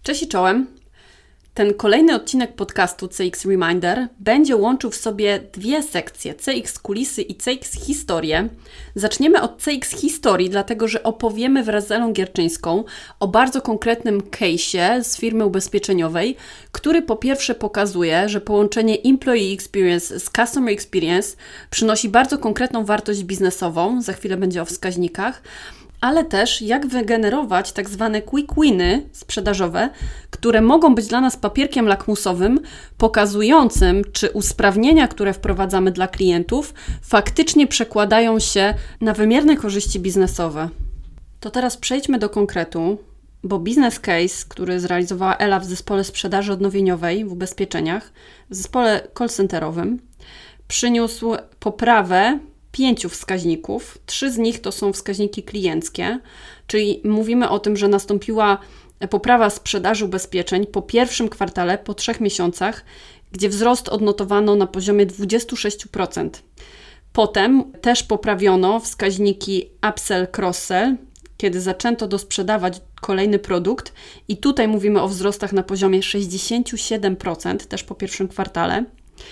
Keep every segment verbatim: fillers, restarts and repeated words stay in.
Cześć i czołem. Ten kolejny odcinek podcastu C X Reminder będzie łączył w sobie dwie sekcje, C X Kulisy i C X Historię. Zaczniemy od C X Historii, dlatego że opowiemy wraz z Elą Gierczyńską o bardzo konkretnym case'ie z firmy ubezpieczeniowej, który po pierwsze pokazuje, że połączenie Employee Experience z Customer Experience przynosi bardzo konkretną wartość biznesową, za chwilę będzie o wskaźnikach, ale też jak wygenerować tak zwane quick winy sprzedażowe, które mogą być dla nas papierkiem lakmusowym, pokazującym, czy usprawnienia, które wprowadzamy dla klientów, faktycznie przekładają się na wymierne korzyści biznesowe. To teraz przejdźmy do konkretu, bo business case, który zrealizowała Ela w zespole sprzedaży odnowieniowej w ubezpieczeniach, w zespole call centerowym, przyniósł poprawę pięciu wskaźników. Trzy z nich to są wskaźniki klienckie, czyli mówimy o tym, że nastąpiła poprawa sprzedaży ubezpieczeń po pierwszym kwartale, po trzech miesiącach, gdzie wzrost odnotowano na poziomie dwadzieścia sześć procent. Potem też poprawiono wskaźniki upsell, cross-sell, kiedy zaczęto dosprzedawać kolejny produkt i tutaj mówimy o wzrostach na poziomie sześćdziesiąt siedem procent, też po pierwszym kwartale.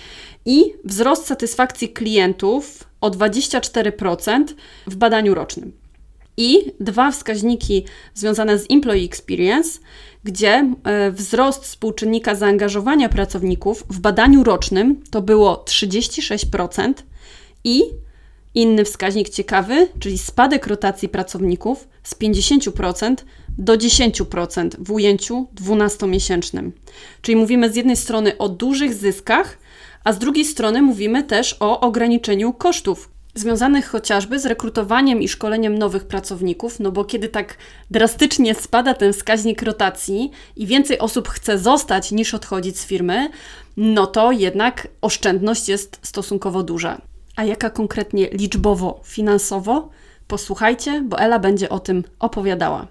I wzrost satysfakcji klientów o dwadzieścia cztery procent w badaniu rocznym. I dwa wskaźniki związane z Employee Experience, gdzie wzrost współczynnika zaangażowania pracowników w badaniu rocznym to było trzydzieści sześć procent i inny wskaźnik ciekawy, czyli spadek rotacji pracowników z pięćdziesiąt procent do dziesięć procent w ujęciu dwunastomiesięcznym. Czyli mówimy z jednej strony o dużych zyskach, a z drugiej strony mówimy też o ograniczeniu kosztów związanych chociażby z rekrutowaniem i szkoleniem nowych pracowników, no bo kiedy tak drastycznie spada ten wskaźnik rotacji i więcej osób chce zostać niż odchodzić z firmy, no to jednak oszczędność jest stosunkowo duża. A jaka konkretnie liczbowo, finansowo? Posłuchajcie, bo Ela będzie o tym opowiadała.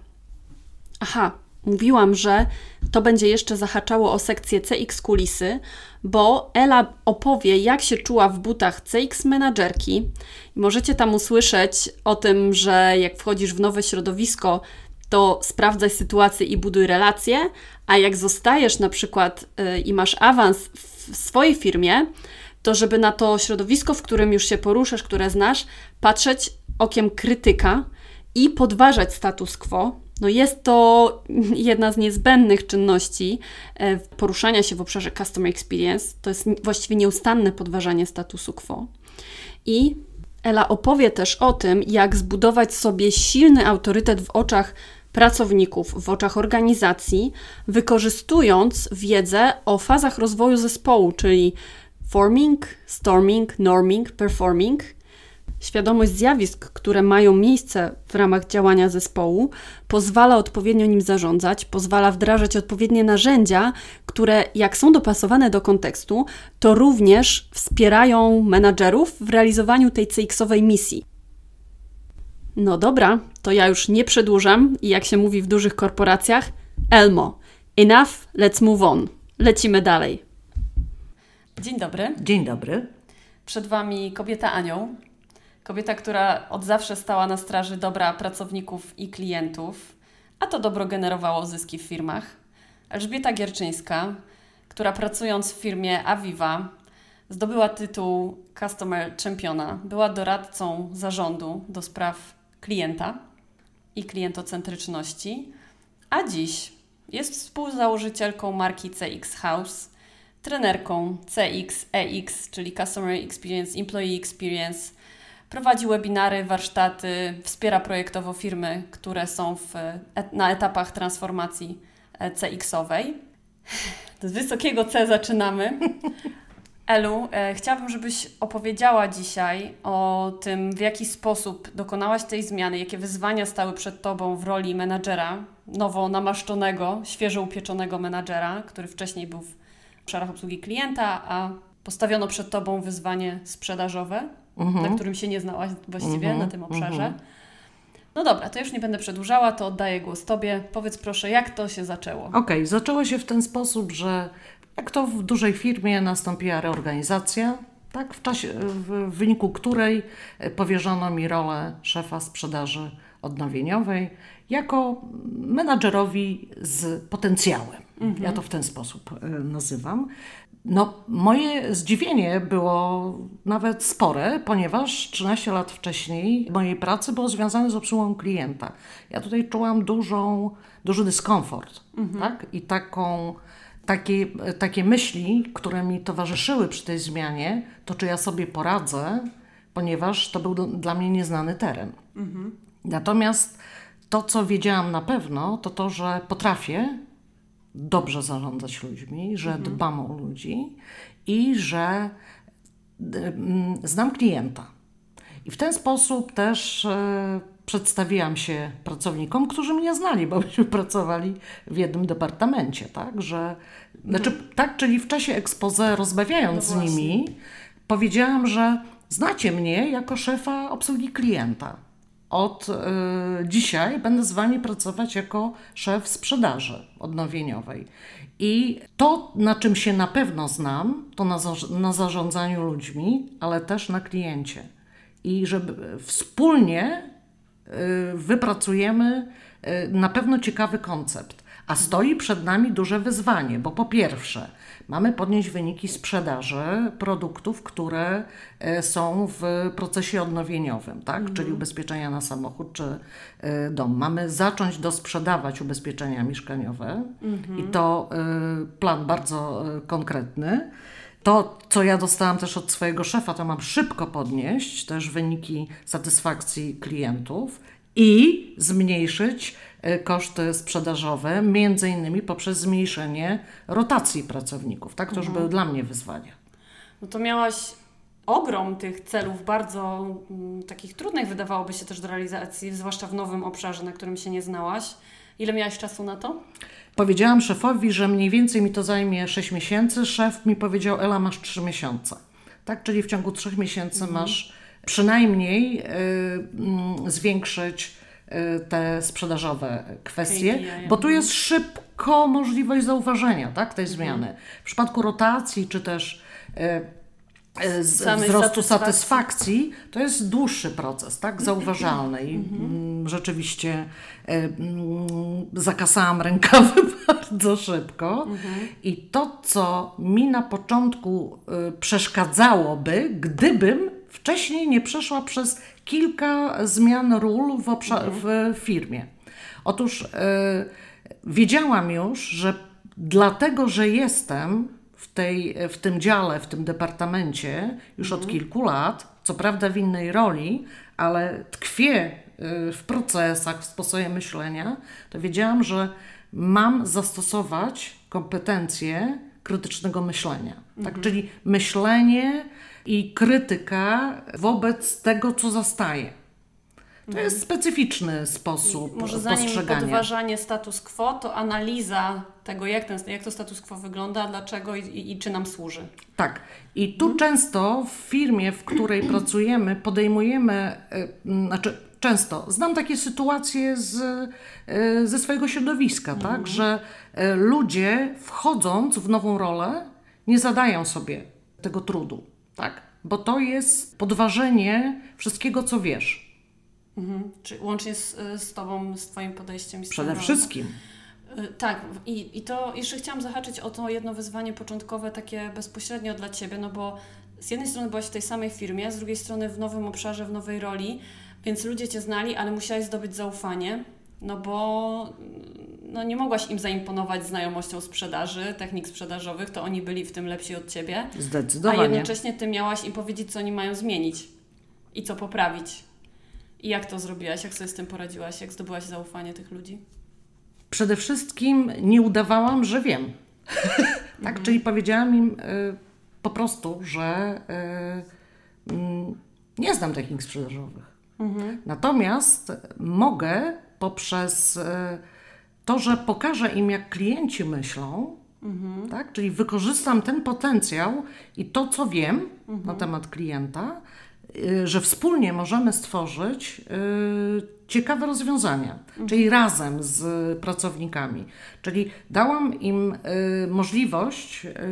Aha, mówiłam, że to będzie jeszcze zahaczało o sekcję C X Kulisy, bo Ela opowie, jak się czuła w butach C X menadżerki. Możecie tam usłyszeć o tym, że jak wchodzisz w nowe środowisko, to sprawdzaj sytuację i buduj relacje, a jak zostajesz na przykład yy, i masz awans w swojej firmie, to żeby na to środowisko, w którym już się poruszasz, które znasz, patrzeć okiem krytyka i podważać status quo. No jest to jedna z niezbędnych czynności poruszania się w obszarze Customer Experience. To jest właściwie nieustanne podważanie statusu quo. I Ela opowie też o tym, jak zbudować sobie silny autorytet w oczach pracowników, w oczach organizacji, wykorzystując wiedzę o fazach rozwoju zespołu, czyli forming, storming, norming, performing. Świadomość zjawisk, które mają miejsce w ramach działania zespołu, pozwala odpowiednio nim zarządzać, pozwala wdrażać odpowiednie narzędzia, które jak są dopasowane do kontekstu, to również wspierają menadżerów w realizowaniu tej C X-owej misji. No dobra, to ja już nie przedłużam i jak się mówi w dużych korporacjach, Elmo, enough, let's move on. Lecimy dalej. Dzień dobry. Dzień dobry. Przed Wami kobieta anioł. Kobieta, która od zawsze stała na straży dobra pracowników i klientów, a to dobro generowało zyski w firmach. Elżbieta Gierczyńska, która pracując w firmie Aviva zdobyła tytuł Customer Championa, była doradcą zarządu do spraw klienta i klientocentryczności, a dziś jest współzałożycielką marki C X House, trenerką C X E X, czyli Customer Experience, Employee Experience. Prowadzi webinary, warsztaty, wspiera projektowo firmy, które są w, na etapach transformacji C X-owej. Z wysokiego C zaczynamy. Elu, e, chciałabym, żebyś opowiedziała dzisiaj o tym, w jaki sposób dokonałaś tej zmiany, jakie wyzwania stały przed Tobą w roli menadżera, nowo namaszczonego, świeżo upieczonego menadżera, który wcześniej był w obszarach obsługi klienta, a postawiono przed Tobą wyzwanie sprzedażowe, mhm. na którym się nie znałaś właściwie, mhm. na tym obszarze. Mhm. No dobra, to już nie będę przedłużała, to oddaję głos Tobie. Powiedz proszę, jak to się zaczęło? Okej, okay, zaczęło się w ten sposób, że jak to w dużej firmie nastąpiła reorganizacja, tak, w czasie, w wyniku której powierzono mi rolę szefa sprzedaży odnowieniowej jako menadżerowi z potencjałem. Mhm. Ja to w ten sposób nazywam. No, moje zdziwienie było nawet spore, ponieważ trzynaście lat wcześniej mojej pracy było związane z obsługą klienta. Ja tutaj czułam dużą, duży dyskomfort, mhm. tak? I taką, takie, takie myśli, które mi towarzyszyły przy tej zmianie, to czy ja sobie poradzę, ponieważ to był dla mnie nieznany teren. Mhm. Natomiast to, co wiedziałam na pewno, to to, że potrafię dobrze zarządzać ludźmi, że mhm. dbam o ludzi i że y, znam klienta. I w ten sposób też y, przedstawiłam się pracownikom, którzy mnie znali, bo myśmy pracowali w jednym departamencie, tak? Że, mhm. znaczy, tak, czyli w czasie expose, rozmawiając no z nimi, powiedziałam, że znacie mnie jako szefa obsługi klienta. Od y, dzisiaj będę z Wami pracować jako szef sprzedaży odnowieniowej. I to, na czym się na pewno znam, to na, za, na zarządzaniu ludźmi, ale też na kliencie. I żeby wspólnie y, wypracujemy y, na pewno ciekawy koncept. A stoi przed nami duże wyzwanie, bo po pierwsze mamy podnieść wyniki sprzedaży produktów, które są w procesie odnowieniowym, tak? Mhm. Czyli ubezpieczenia na samochód czy dom. Mamy zacząć dosprzedawać ubezpieczenia mieszkaniowe mhm. i to plan bardzo konkretny. To, co ja dostałam też od swojego szefa, to mam szybko podnieść też wyniki satysfakcji klientów i zmniejszyć koszty sprzedażowe, między innymi poprzez zmniejszenie rotacji pracowników. Tak, to już mhm. były dla mnie wyzwania. No to miałaś ogrom tych celów, bardzo m, takich trudnych wydawałoby się też do realizacji, zwłaszcza w nowym obszarze, na którym się nie znałaś. Ile miałaś czasu na to? Powiedziałam szefowi, że mniej więcej mi to zajmie sześć miesięcy. Szef mi powiedział, Ela, masz trzy miesiące. Tak, czyli w ciągu trzech miesięcy mhm. masz przynajmniej y, y, zwiększyć te sprzedażowe kwestie, bo tu jest szybko możliwość zauważenia, tak, tej zmiany. W przypadku rotacji, czy też e, z, wzrostu satysfakcji. satysfakcji, to jest dłuższy proces, tak, zauważalny. I mm, rzeczywiście e, mm, zakasałam rękawy bardzo szybko. Mhm. I to, co mi na początku e, przeszkadzałoby, gdybym wcześniej nie przeszła przez kilka zmian ról w, obszar- w firmie. Otóż yy, wiedziałam już, że dlatego, że jestem w, tej, w tym dziale, w tym departamencie już mhm. od kilku lat, co prawda w innej roli, ale tkwię yy, w procesach, w sposobie myślenia, to wiedziałam, że mam zastosować kompetencje krytycznego myślenia. Mhm. Tak? Czyli myślenie i krytyka wobec tego, co zastaje. To mhm. jest specyficzny sposób I może postrzegania. zanim podważanie status quo, to analiza tego, jak, ten, jak to status quo wygląda, dlaczego i, i, i czy nam służy. Tak. I tu mhm. często w firmie, w której pracujemy, podejmujemy, yy, znaczy często, znam takie sytuacje z, yy, ze swojego środowiska, mhm. tak, że yy, ludzie wchodząc w nową rolę nie zadają sobie tego trudu. Tak? Bo to jest podważenie wszystkiego, co wiesz. Mhm. Czyli łącznie z, z Tobą, z Twoim podejściem. I z Przede wszystkim. Tak. I, I to jeszcze chciałam zahaczyć o to jedno wyzwanie początkowe, takie bezpośrednio dla Ciebie, no bo z jednej strony byłaś w tej samej firmie, z drugiej strony w nowym obszarze, w nowej roli, więc ludzie Cię znali, ale musiałaś zdobyć zaufanie, no bo no nie mogłaś im zaimponować znajomością sprzedaży, technik sprzedażowych, to oni byli w tym lepsi od Ciebie. Zdecydowanie. A jednocześnie Ty miałaś im powiedzieć, co oni mają zmienić i co poprawić. I jak to zrobiłaś? Jak sobie z tym poradziłaś? Jak zdobyłaś zaufanie tych ludzi? Przede wszystkim nie udawałam, że wiem. tak, mhm. czyli powiedziałam im y, po prostu, że y, y, nie znam technik sprzedażowych. Mhm. Natomiast mogę poprzez y, to, że pokażę im, jak klienci myślą, mhm. tak? Czyli wykorzystam ten potencjał i to, co wiem mhm. na temat klienta, y, że wspólnie możemy stworzyć y, ciekawe rozwiązania, mhm. czyli razem z pracownikami. Czyli dałam im y, możliwość y,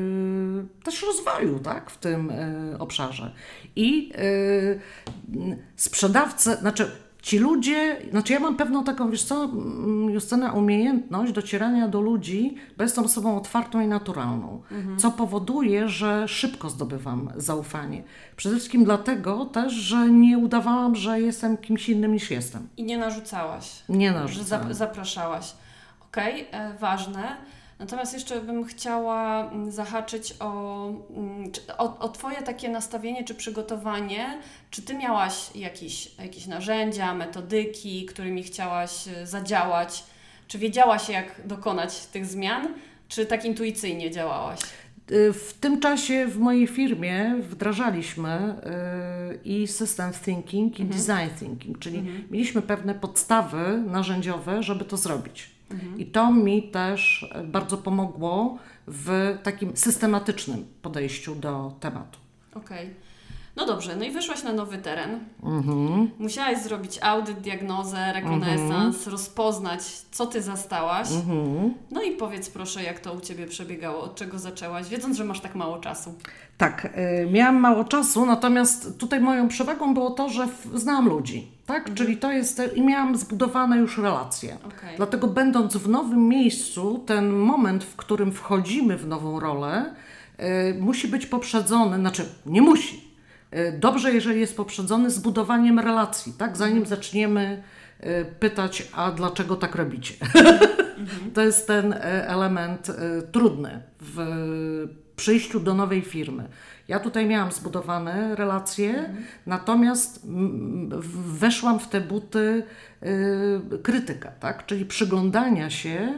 też rozwoju, tak? w tym y, obszarze. I y, sprzedawcy, znaczy ci ludzie, znaczy ja mam pewną taką, wiesz co, Justyna, umiejętność docierania do ludzi, bo jestem osobą otwartą i naturalną, mhm. co powoduje, że szybko zdobywam zaufanie. Przede wszystkim dlatego też, że nie udawałam, że jestem kimś innym niż jestem. I nie narzucałaś. Nie narzucałam. Że zap- zapraszałaś. Okej, okay, e, ważne. Natomiast jeszcze bym chciała zahaczyć o, o, o Twoje takie nastawienie czy przygotowanie. Czy Ty miałaś jakieś, jakieś narzędzia, metodyki, którymi chciałaś zadziałać? Czy wiedziałaś, jak dokonać tych zmian? Czy tak intuicyjnie działałaś? W tym czasie w mojej firmie wdrażaliśmy i system thinking, i mhm. design thinking, czyli mhm. mieliśmy pewne podstawy narzędziowe, żeby to zrobić. Mhm. I to mi też bardzo pomogło w takim systematycznym podejściu do tematu. Okej. Okay. No dobrze, no i wyszłaś na nowy teren. Mhm. Musiałaś zrobić audyt, diagnozę, rekonesans, mhm. rozpoznać, co Ty zastałaś. Mhm. No i powiedz proszę, jak to u Ciebie przebiegało, od czego zaczęłaś, wiedząc, że masz tak mało czasu. Tak, y, miałam mało czasu, natomiast tutaj moją przewagą było to, że w, znam ludzi, tak? Mhm. Czyli to jest, i miałam zbudowane już relacje. Okay. Dlatego będąc w nowym miejscu, ten moment, w którym wchodzimy w nową rolę, y, musi być poprzedzony, znaczy nie musi, dobrze, jeżeli jest poprzedzony zbudowaniem relacji, tak? Zanim zaczniemy pytać, a dlaczego tak robicie? Mhm. To jest ten element trudny w przyjściu do nowej firmy. Ja tutaj miałam zbudowane relacje, mhm. natomiast weszłam w te buty krytyka, tak? Czyli przyglądania się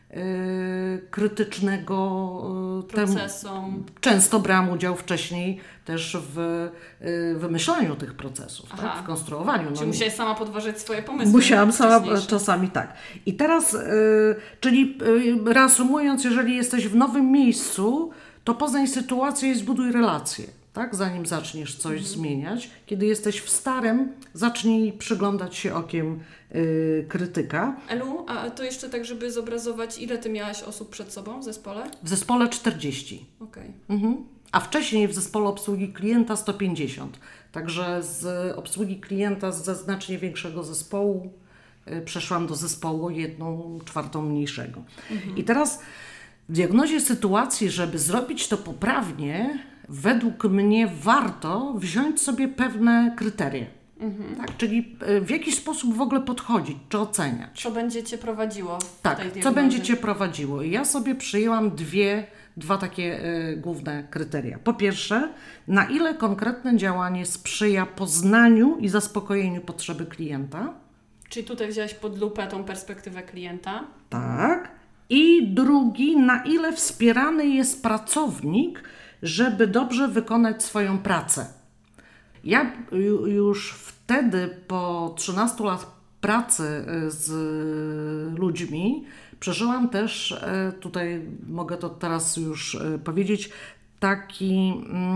krytycznego procesom. Często brałam udział wcześniej też w wymyślaniu tych procesów, tak? W konstruowaniu. Czyli no, musiałaś sama podważyć swoje pomysły. Musiałam sama, czasami tak. I teraz, czyli reasumując, jeżeli jesteś w nowym miejscu, to poznaj sytuację i zbuduj relacje, tak? Zanim zaczniesz coś mhm. zmieniać. Kiedy jesteś w starym, zacznij przyglądać się okiem yy, krytyka. Elu, a to jeszcze tak, żeby zobrazować, ile Ty miałaś osób przed sobą w zespole? W zespole czterdzieści. Okej. Okay. Mhm. A wcześniej w zespole obsługi klienta sto pięćdziesiąt. Także z obsługi klienta ze znacznie większego zespołu yy, przeszłam do zespołu o jedną czwartą mniejszego. Mhm. I teraz w diagnozie sytuacji, żeby zrobić to poprawnie, według mnie warto wziąć sobie pewne kryteria. Mhm. Tak? Czyli w jaki sposób w ogóle podchodzić, czy oceniać. Co będzie Cię prowadziło w tak, tej diagnozie? Co będzie Cię prowadziło. I ja sobie przyjęłam dwie, dwa takie y, główne kryteria. Po pierwsze, na ile konkretne działanie sprzyja poznaniu i zaspokojeniu potrzeby klienta. Czyli tutaj wziąłeś pod lupę tą perspektywę klienta. Tak. I drugi, na ile wspierany jest pracownik, żeby dobrze wykonać swoją pracę. Ja już wtedy, po trzynastu latach pracy z ludźmi, przeżyłam też, tutaj mogę to teraz już powiedzieć, taki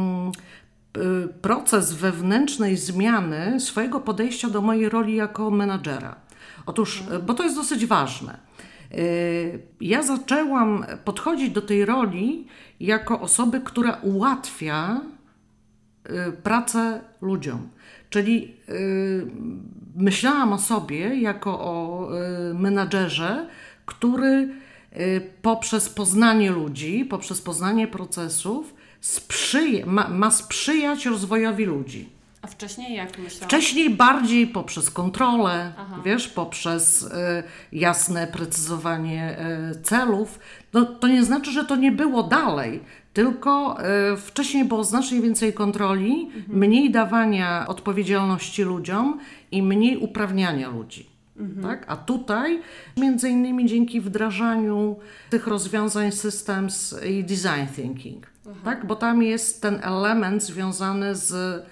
proces wewnętrznej zmiany swojego podejścia do mojej roli jako menadżera. Otóż, bo to jest dosyć ważne. Ja zaczęłam podchodzić do tej roli jako osoby, która ułatwia pracę ludziom. Czyli myślałam o sobie jako o menadżerze, który poprzez poznanie ludzi, poprzez poznanie procesów sprzyja, ma, ma sprzyjać rozwojowi ludzi. A wcześniej jak myślałaś? Wcześniej bardziej poprzez kontrolę, Aha. wiesz, poprzez y, jasne precyzowanie y, celów. No, to nie znaczy, że to nie było dalej, tylko y, wcześniej było znacznie więcej kontroli, mhm. mniej dawania odpowiedzialności ludziom i mniej uprawniania ludzi. Mhm. Tak? A tutaj między innymi dzięki wdrażaniu tych rozwiązań systems i design thinking, tak? Bo tam jest ten element związany z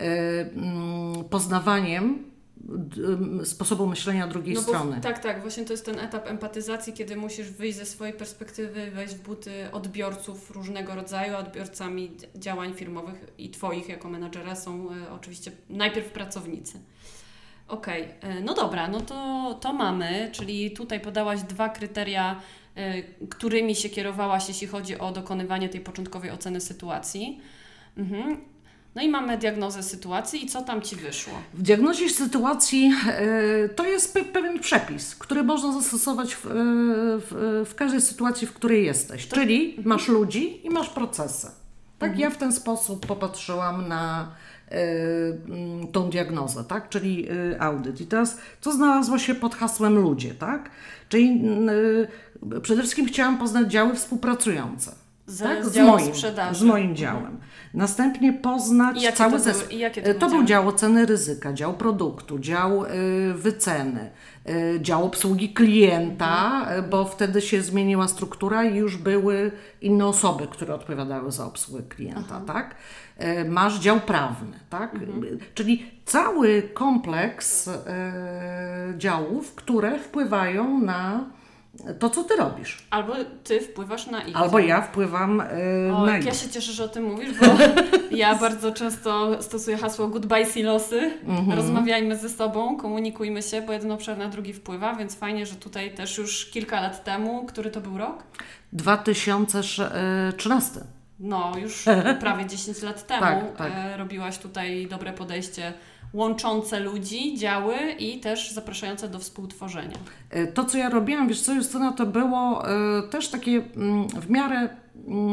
poznawaniem sposobu myślenia drugiej no bo, strony. Tak, tak. Właśnie to jest ten etap empatyzacji, kiedy musisz wyjść ze swojej perspektywy, wejść w buty odbiorców różnego rodzaju. Odbiorcami działań firmowych i Twoich jako menadżera są e, oczywiście najpierw pracownicy. Okej, okay. No dobra, no to, to mamy, czyli tutaj podałaś dwa kryteria, e, którymi się kierowałaś, jeśli chodzi o dokonywanie tej początkowej oceny sytuacji. Mhm. No i mamy diagnozę sytuacji i co tam Ci wyszło? W diagnozie sytuacji y, to jest pe- pewien przepis, który można zastosować w, y, w, w każdej sytuacji, w której jesteś. To... Czyli masz ludzi i masz procesy. Tak, mhm. Ja w ten sposób popatrzyłam na y, y, tą diagnozę, tak, czyli y, audyt. I teraz co znalazło się pod hasłem ludzie, tak? Czyli y, przede wszystkim chciałam poznać działy współpracujące. Z, tak? z, z, moim, sprzedaży. z moim działem. Mhm. Następnie poznać cały zespół. To, to był dział oceny ryzyka, dział produktu, dział y, wyceny, y, dział obsługi klienta, mhm. y, bo wtedy się zmieniła struktura i już były inne osoby, które odpowiadały za obsługę klienta. Tak? Y, masz dział prawny, tak? Mhm. Y, czyli cały kompleks y, działów, które wpływają na to, co ty robisz. Albo ty wpływasz na ich. Albo ja wpływam yy, o, na jak ich. Ja się cieszę, że o tym mówisz, bo ja bardzo często stosuję hasło goodbye silosy. Mm-hmm. Rozmawiajmy ze sobą, komunikujmy się, bo jeden obszar na drugi wpływa, więc fajnie, że tutaj też już kilka lat temu, który to był rok? dwa tysiące trzynasty. No, już prawie dziesięć lat temu tak, tak. robiłaś tutaj dobre podejście łączące ludzi, działy i też zapraszające do współtworzenia. To, co ja robiłam, wiesz co, Justyna, to było y, też takie y, w miarę y,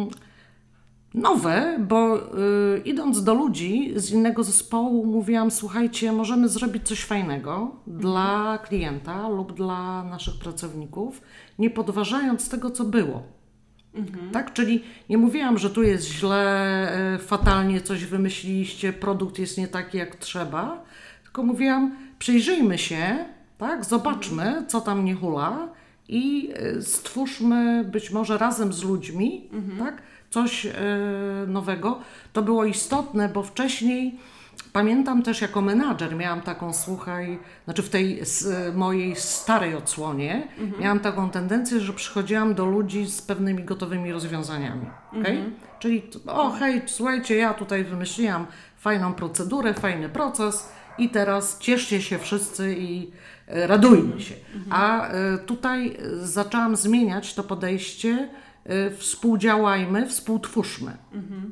nowe, bo y, idąc do ludzi z innego zespołu mówiłam, słuchajcie, możemy zrobić coś fajnego mhm. dla klienta lub dla naszych pracowników, nie podważając tego, co było. Mhm. Tak? Czyli nie mówiłam, że tu jest źle, fatalnie coś wymyśliliście, produkt jest nie taki jak trzeba, tylko mówiłam, przyjrzyjmy się, tak? Zobaczmy, mhm. co tam nie hula i stwórzmy być może razem z ludźmi mhm. tak? coś e, nowego. To było istotne, bo wcześniej pamiętam też jako menadżer miałam taką, słuchaj, znaczy w tej s, mojej starej odsłonie mhm. miałam taką tendencję, że przychodziłam do ludzi z pewnymi gotowymi rozwiązaniami. Okay? Mhm. Czyli o hej, słuchajcie, ja tutaj wymyśliłam fajną procedurę, fajny proces i teraz cieszcie się wszyscy i e, radujmy się. Mhm. A e, tutaj zaczęłam zmieniać to podejście, e, współdziałajmy, współtwórzmy. Mhm.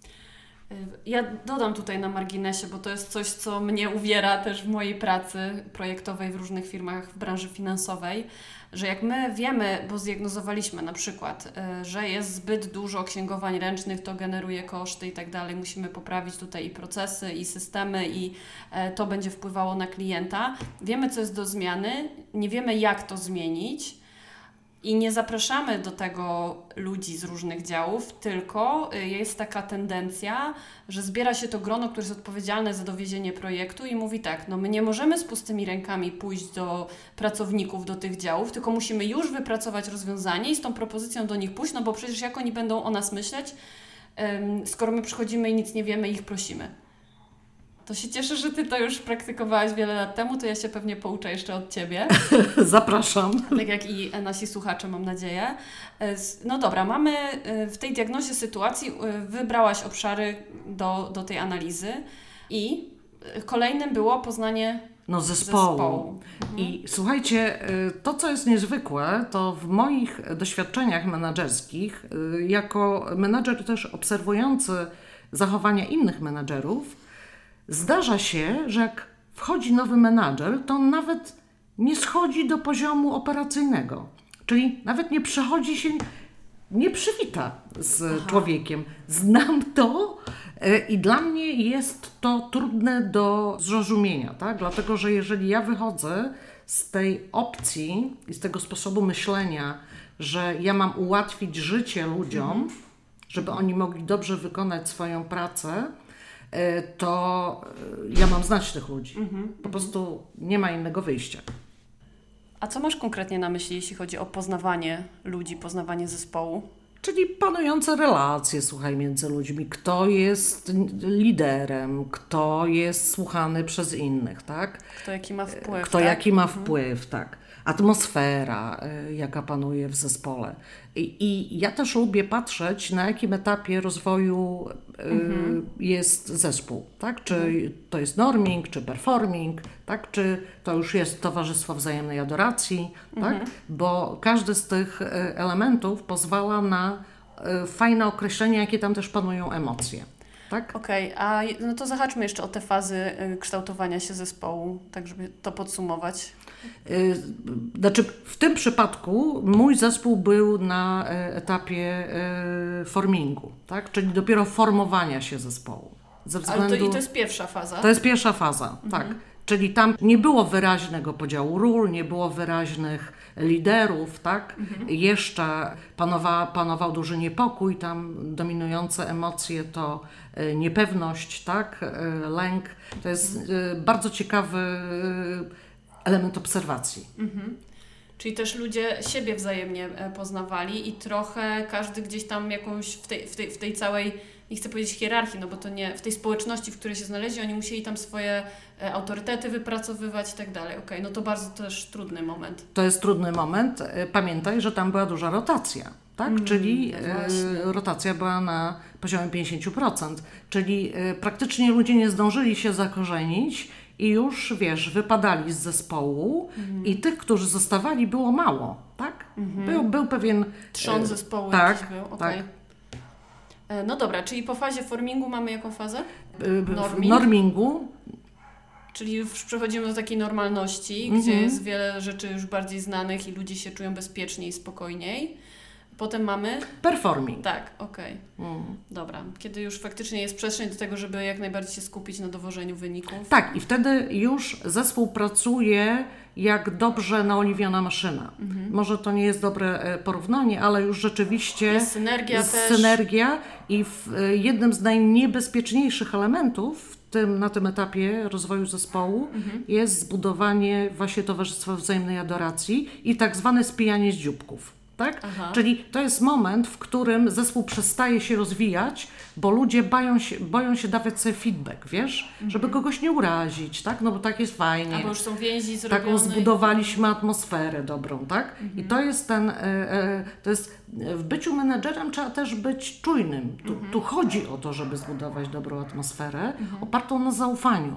Ja dodam tutaj na marginesie, bo to jest coś, co mnie uwiera też w mojej pracy projektowej w różnych firmach w branży finansowej, że jak my wiemy, bo zdiagnozowaliśmy na przykład, że jest zbyt dużo księgowań ręcznych, to generuje koszty i tak dalej, musimy poprawić tutaj i procesy, i systemy i to będzie wpływało na klienta. Wiemy, co jest do zmiany, nie wiemy, jak to zmienić. I nie zapraszamy do tego ludzi z różnych działów, tylko jest taka tendencja, że zbiera się to grono, które jest odpowiedzialne za dowiezienie projektu i mówi tak, no my nie możemy z pustymi rękami pójść do pracowników, do tych działów, tylko musimy już wypracować rozwiązanie i z tą propozycją do nich pójść, no bo przecież jak oni będą o nas myśleć, skoro my przychodzimy i nic nie wiemy i ich prosimy. To się cieszę, że Ty to już praktykowałaś wiele lat temu, to ja się pewnie pouczę jeszcze od Ciebie. Zapraszam. Tak jak i nasi słuchacze, mam nadzieję. No dobra, mamy w tej diagnozie sytuacji, wybrałaś obszary do, do tej analizy i kolejnym było poznanie no, zespołu. zespołu. Mhm. I słuchajcie, to co jest niezwykłe, to w moich doświadczeniach menedżerskich, jako menedżer też obserwujący zachowania innych menedżerów, zdarza się, że jak wchodzi nowy menadżer, to on nawet nie schodzi do poziomu operacyjnego. Czyli nawet nie przechodzi się, nie przywita z Aha. człowiekiem. Znam to i dla mnie jest to trudne do zrozumienia, tak? Dlatego, że jeżeli ja wychodzę z tej opcji i z tego sposobu myślenia, że ja mam ułatwić życie ludziom, mhm. żeby oni mogli dobrze wykonać swoją pracę, to ja mam znać tych ludzi. Mm-hmm. Po prostu nie ma innego wyjścia. A co masz konkretnie na myśli, jeśli chodzi o poznawanie ludzi, poznawanie zespołu? Czyli panujące relacje, słuchaj, między ludźmi. Kto jest liderem, kto jest słuchany przez innych, tak? Kto jaki ma wpływ, Kto tak? jaki ma wpływ, tak. Atmosfera, jaka panuje w zespole. I, I ja też lubię patrzeć, na jakim etapie rozwoju mhm. y, jest zespół, tak? Czy mhm. to jest norming, czy performing, tak? Czy to już jest towarzystwo wzajemnej adoracji, mhm. tak? Bo każdy z tych elementów pozwala na y, fajne określenie, jakie tam też panują emocje. Tak? Okej, okay, a no to zahaczmy jeszcze o te fazy kształtowania się zespołu, tak żeby to podsumować. Znaczy w tym przypadku mój zespół był na etapie formingu, tak? Czyli dopiero formowania się zespołu. Ze względu... Ale to, i to jest pierwsza faza? To jest pierwsza faza, mhm. tak. Czyli tam nie było wyraźnego podziału ról, nie było wyraźnych liderów, tak? Mhm. Jeszcze panowa, panował duży niepokój, tam dominujące emocje to niepewność, tak? Lęk. To jest mhm. bardzo ciekawy element obserwacji. Mhm. Czyli też ludzie siebie wzajemnie poznawali i trochę każdy gdzieś tam jakąś w tej, w tej, w tej całej, nie chcę powiedzieć hierarchii, no bo to nie, w tej społeczności, w której się znaleźli, oni musieli tam swoje autorytety wypracowywać i tak dalej. Okej, no to bardzo też trudny moment. To jest trudny moment. Pamiętaj, że tam była duża rotacja, tak? Mm, czyli no rotacja była na poziomie pięćdziesiąt procent, czyli praktycznie ludzie nie zdążyli się zakorzenić i już, wiesz, wypadali z zespołu mm. i tych, którzy zostawali, było mało, tak? Mm-hmm. Był, był pewien... Trzon zespołu tak, jakiś był, okej. Tak. No dobra, czyli po fazie formingu mamy jaką fazę? Norming? Normingu. Czyli już przechodzimy do takiej normalności, mm-hmm. gdzie jest wiele rzeczy już bardziej znanych i ludzie się czują bezpieczniej i spokojniej. Potem mamy... Performing. Tak, okej. Okay. Mm. Dobra. Kiedy już faktycznie jest przestrzeń do tego, żeby jak najbardziej się skupić na dowożeniu wyników. Tak, i wtedy już zespół pracuje jak dobrze naoliwiona maszyna. Mhm. Może to nie jest dobre porównanie, ale już rzeczywiście jest synergia jest też. Synergia i w, jednym z najniebezpieczniejszych elementów w tym, na tym etapie rozwoju zespołu mhm. jest zbudowanie właśnie towarzystwa wzajemnej adoracji i tak zwane spijanie z dzióbków. Tak? Czyli to jest moment, w którym zespół przestaje się rozwijać, bo ludzie boją się, boją się dawać sobie feedback, wiesz, mm-hmm. żeby kogoś nie urazić, tak? No bo tak jest fajnie. Albo już są więzi zrobione. Taką zbudowaliśmy atmosferę dobrą, tak? Mm-hmm. I to jest ten, e, e, to jest, w byciu menedżerem trzeba też być czujnym. Tu, mm-hmm. tu chodzi o to, żeby zbudować dobrą atmosferę, mm-hmm. opartą na zaufaniu.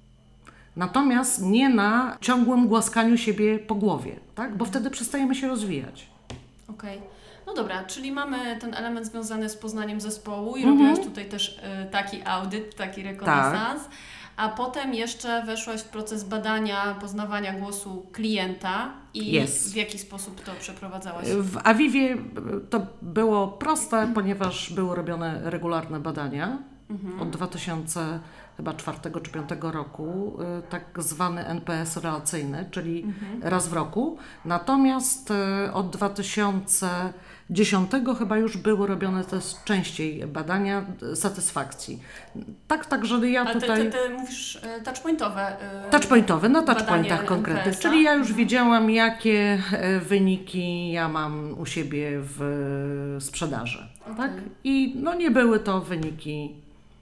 Natomiast nie na ciągłym głaskaniu siebie po głowie, tak? Bo wtedy przestajemy się rozwijać. Okej. Okay. No dobra, czyli mamy ten element związany z poznaniem zespołu i mm-hmm. robiłaś tutaj też y, taki audyt, taki rekonesans, tak. A potem jeszcze weszłaś w proces badania, poznawania głosu klienta i yes. w jaki sposób to przeprowadzałaś? W Aviwie to było proste, mm-hmm. ponieważ były robione regularne badania mm-hmm. od dwa tysiące czwartego czy piątego roku, tak zwany N P S relacyjny, czyli mhm. raz w roku. Natomiast od dwa tysiące dziesiątego chyba już były robione też częściej badania satysfakcji. Tak, tak, że ja Ale tutaj... ty, ty, ty mówisz touchpointowe. Yy, touchpointowe, na touchpointach konkretnych. Czyli ja już mhm. wiedziałam, jakie wyniki ja mam u siebie w sprzedaży. Okay. Tak? I no nie były to wyniki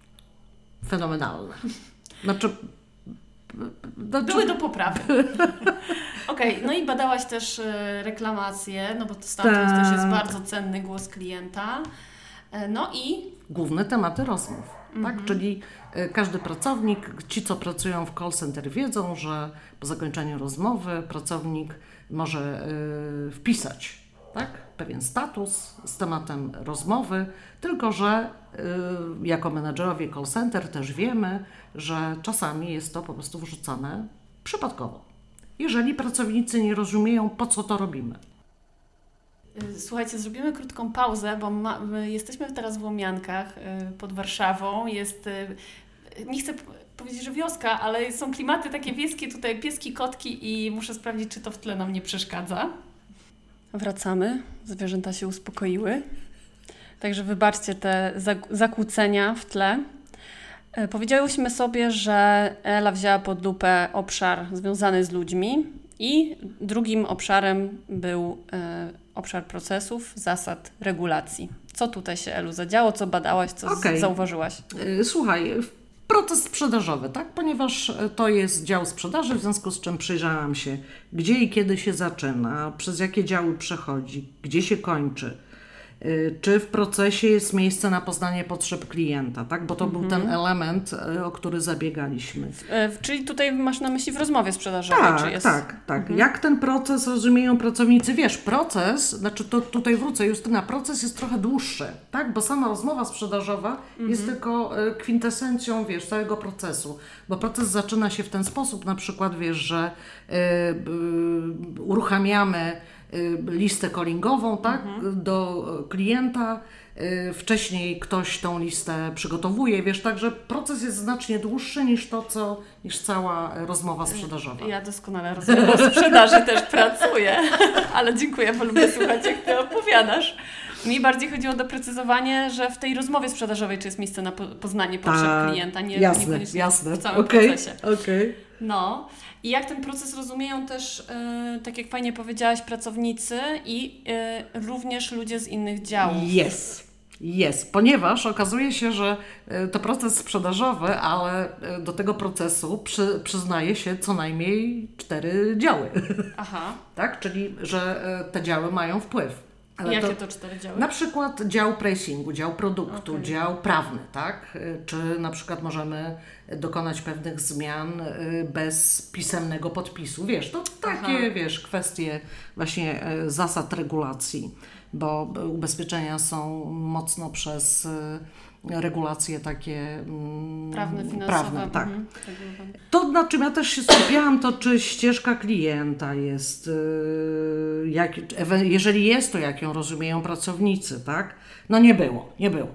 fenomenalne. Znaczy, znaczy... Były do poprawy. Okej, okay, no i badałaś też reklamacje, no bo to stamtąd też jest bardzo cenny głos klienta. No i... Główne tematy rozmów, mm-hmm. tak? Czyli każdy pracownik, ci co pracują w call center wiedzą, że po zakończeniu rozmowy pracownik może yy, wpisać, tak? Pewien status z tematem rozmowy, tylko że y, jako menedżerowie call center też wiemy, że czasami jest to po prostu wrzucane przypadkowo. Jeżeli pracownicy nie rozumieją, po co to robimy. Słuchajcie, zrobimy krótką pauzę, bo ma, my jesteśmy teraz w Łomiankach y, pod Warszawą. Jest, y, nie chcę powiedzieć, że wioska, ale są klimaty takie wiejskie, tutaj pieski, kotki i muszę sprawdzić, czy to w tle nam nie przeszkadza. Wracamy, zwierzęta się uspokoiły, także wybaczcie te zakłócenia w tle. Powiedziałyśmy sobie, że Ela wzięła pod lupę obszar związany z ludźmi i drugim obszarem był e, obszar procesów, zasad, regulacji. Co tutaj się, Elu, zadziało, co badałaś, co okay. zauważyłaś? Słuchaj, proces sprzedażowy, tak? Ponieważ to jest dział sprzedaży, w związku z czym przyjrzałam się, gdzie i kiedy się zaczyna, przez jakie działy przechodzi, gdzie się kończy, Czy w procesie jest miejsce na poznanie potrzeb klienta, tak? Bo to Mhm. był ten element, o który zabiegaliśmy. E, czyli tutaj masz na myśli w rozmowie sprzedażowej? Tak, czy jest... tak, tak. Mhm. Jak ten proces rozumieją pracownicy? Wiesz, proces, znaczy to tutaj wrócę, Justyna, proces jest trochę dłuższy, tak? Bo sama rozmowa sprzedażowa mhm. jest tylko y, kwintesencją, wiesz, całego procesu. Bo proces zaczyna się w ten sposób, na przykład, wiesz, że y, y, uruchamiamy y, listę callingową, tak? Mhm. Do klienta. Wcześniej ktoś tą listę przygotowuje, wiesz, także proces jest znacznie dłuższy niż to, co, niż cała rozmowa sprzedażowa. Ja doskonale rozumiem, bo w sprzedaży też pracuję, ale dziękuję, bo lubię słuchać, jak Ty opowiadasz. Mi bardziej chodziło o doprecyzowanie, że w tej rozmowie sprzedażowej czy jest miejsce na poznanie potrzeb Ta, klienta, nie, jasne, nie jasne. w całym okay, procesie. Okay. No. I jak ten proces rozumieją też, yy, tak jak fajnie powiedziałaś, pracownicy i yy, również ludzie z innych działów. Jest. Jest, ponieważ okazuje się, że to proces sprzedażowy, ale do tego procesu przy, przyznaje się co najmniej cztery działy. Aha. Tak, czyli że te działy mają wpływ. Ale jakie to, to cztery działy? Na przykład dział pricingu, dział produktu, okay. dział prawny, tak? Czy na przykład możemy dokonać pewnych zmian bez pisemnego podpisu. Wiesz, to takie, Aha. wiesz, kwestie właśnie zasad regulacji, bo ubezpieczenia są mocno przez regulacje takie prawne, finansowe. Prawne, tak. Mhm. To, na czym ja też się skupiałam, to czy ścieżka klienta jest, jak, jeżeli jest, to jak ją rozumieją pracownicy, tak? No nie było, nie było.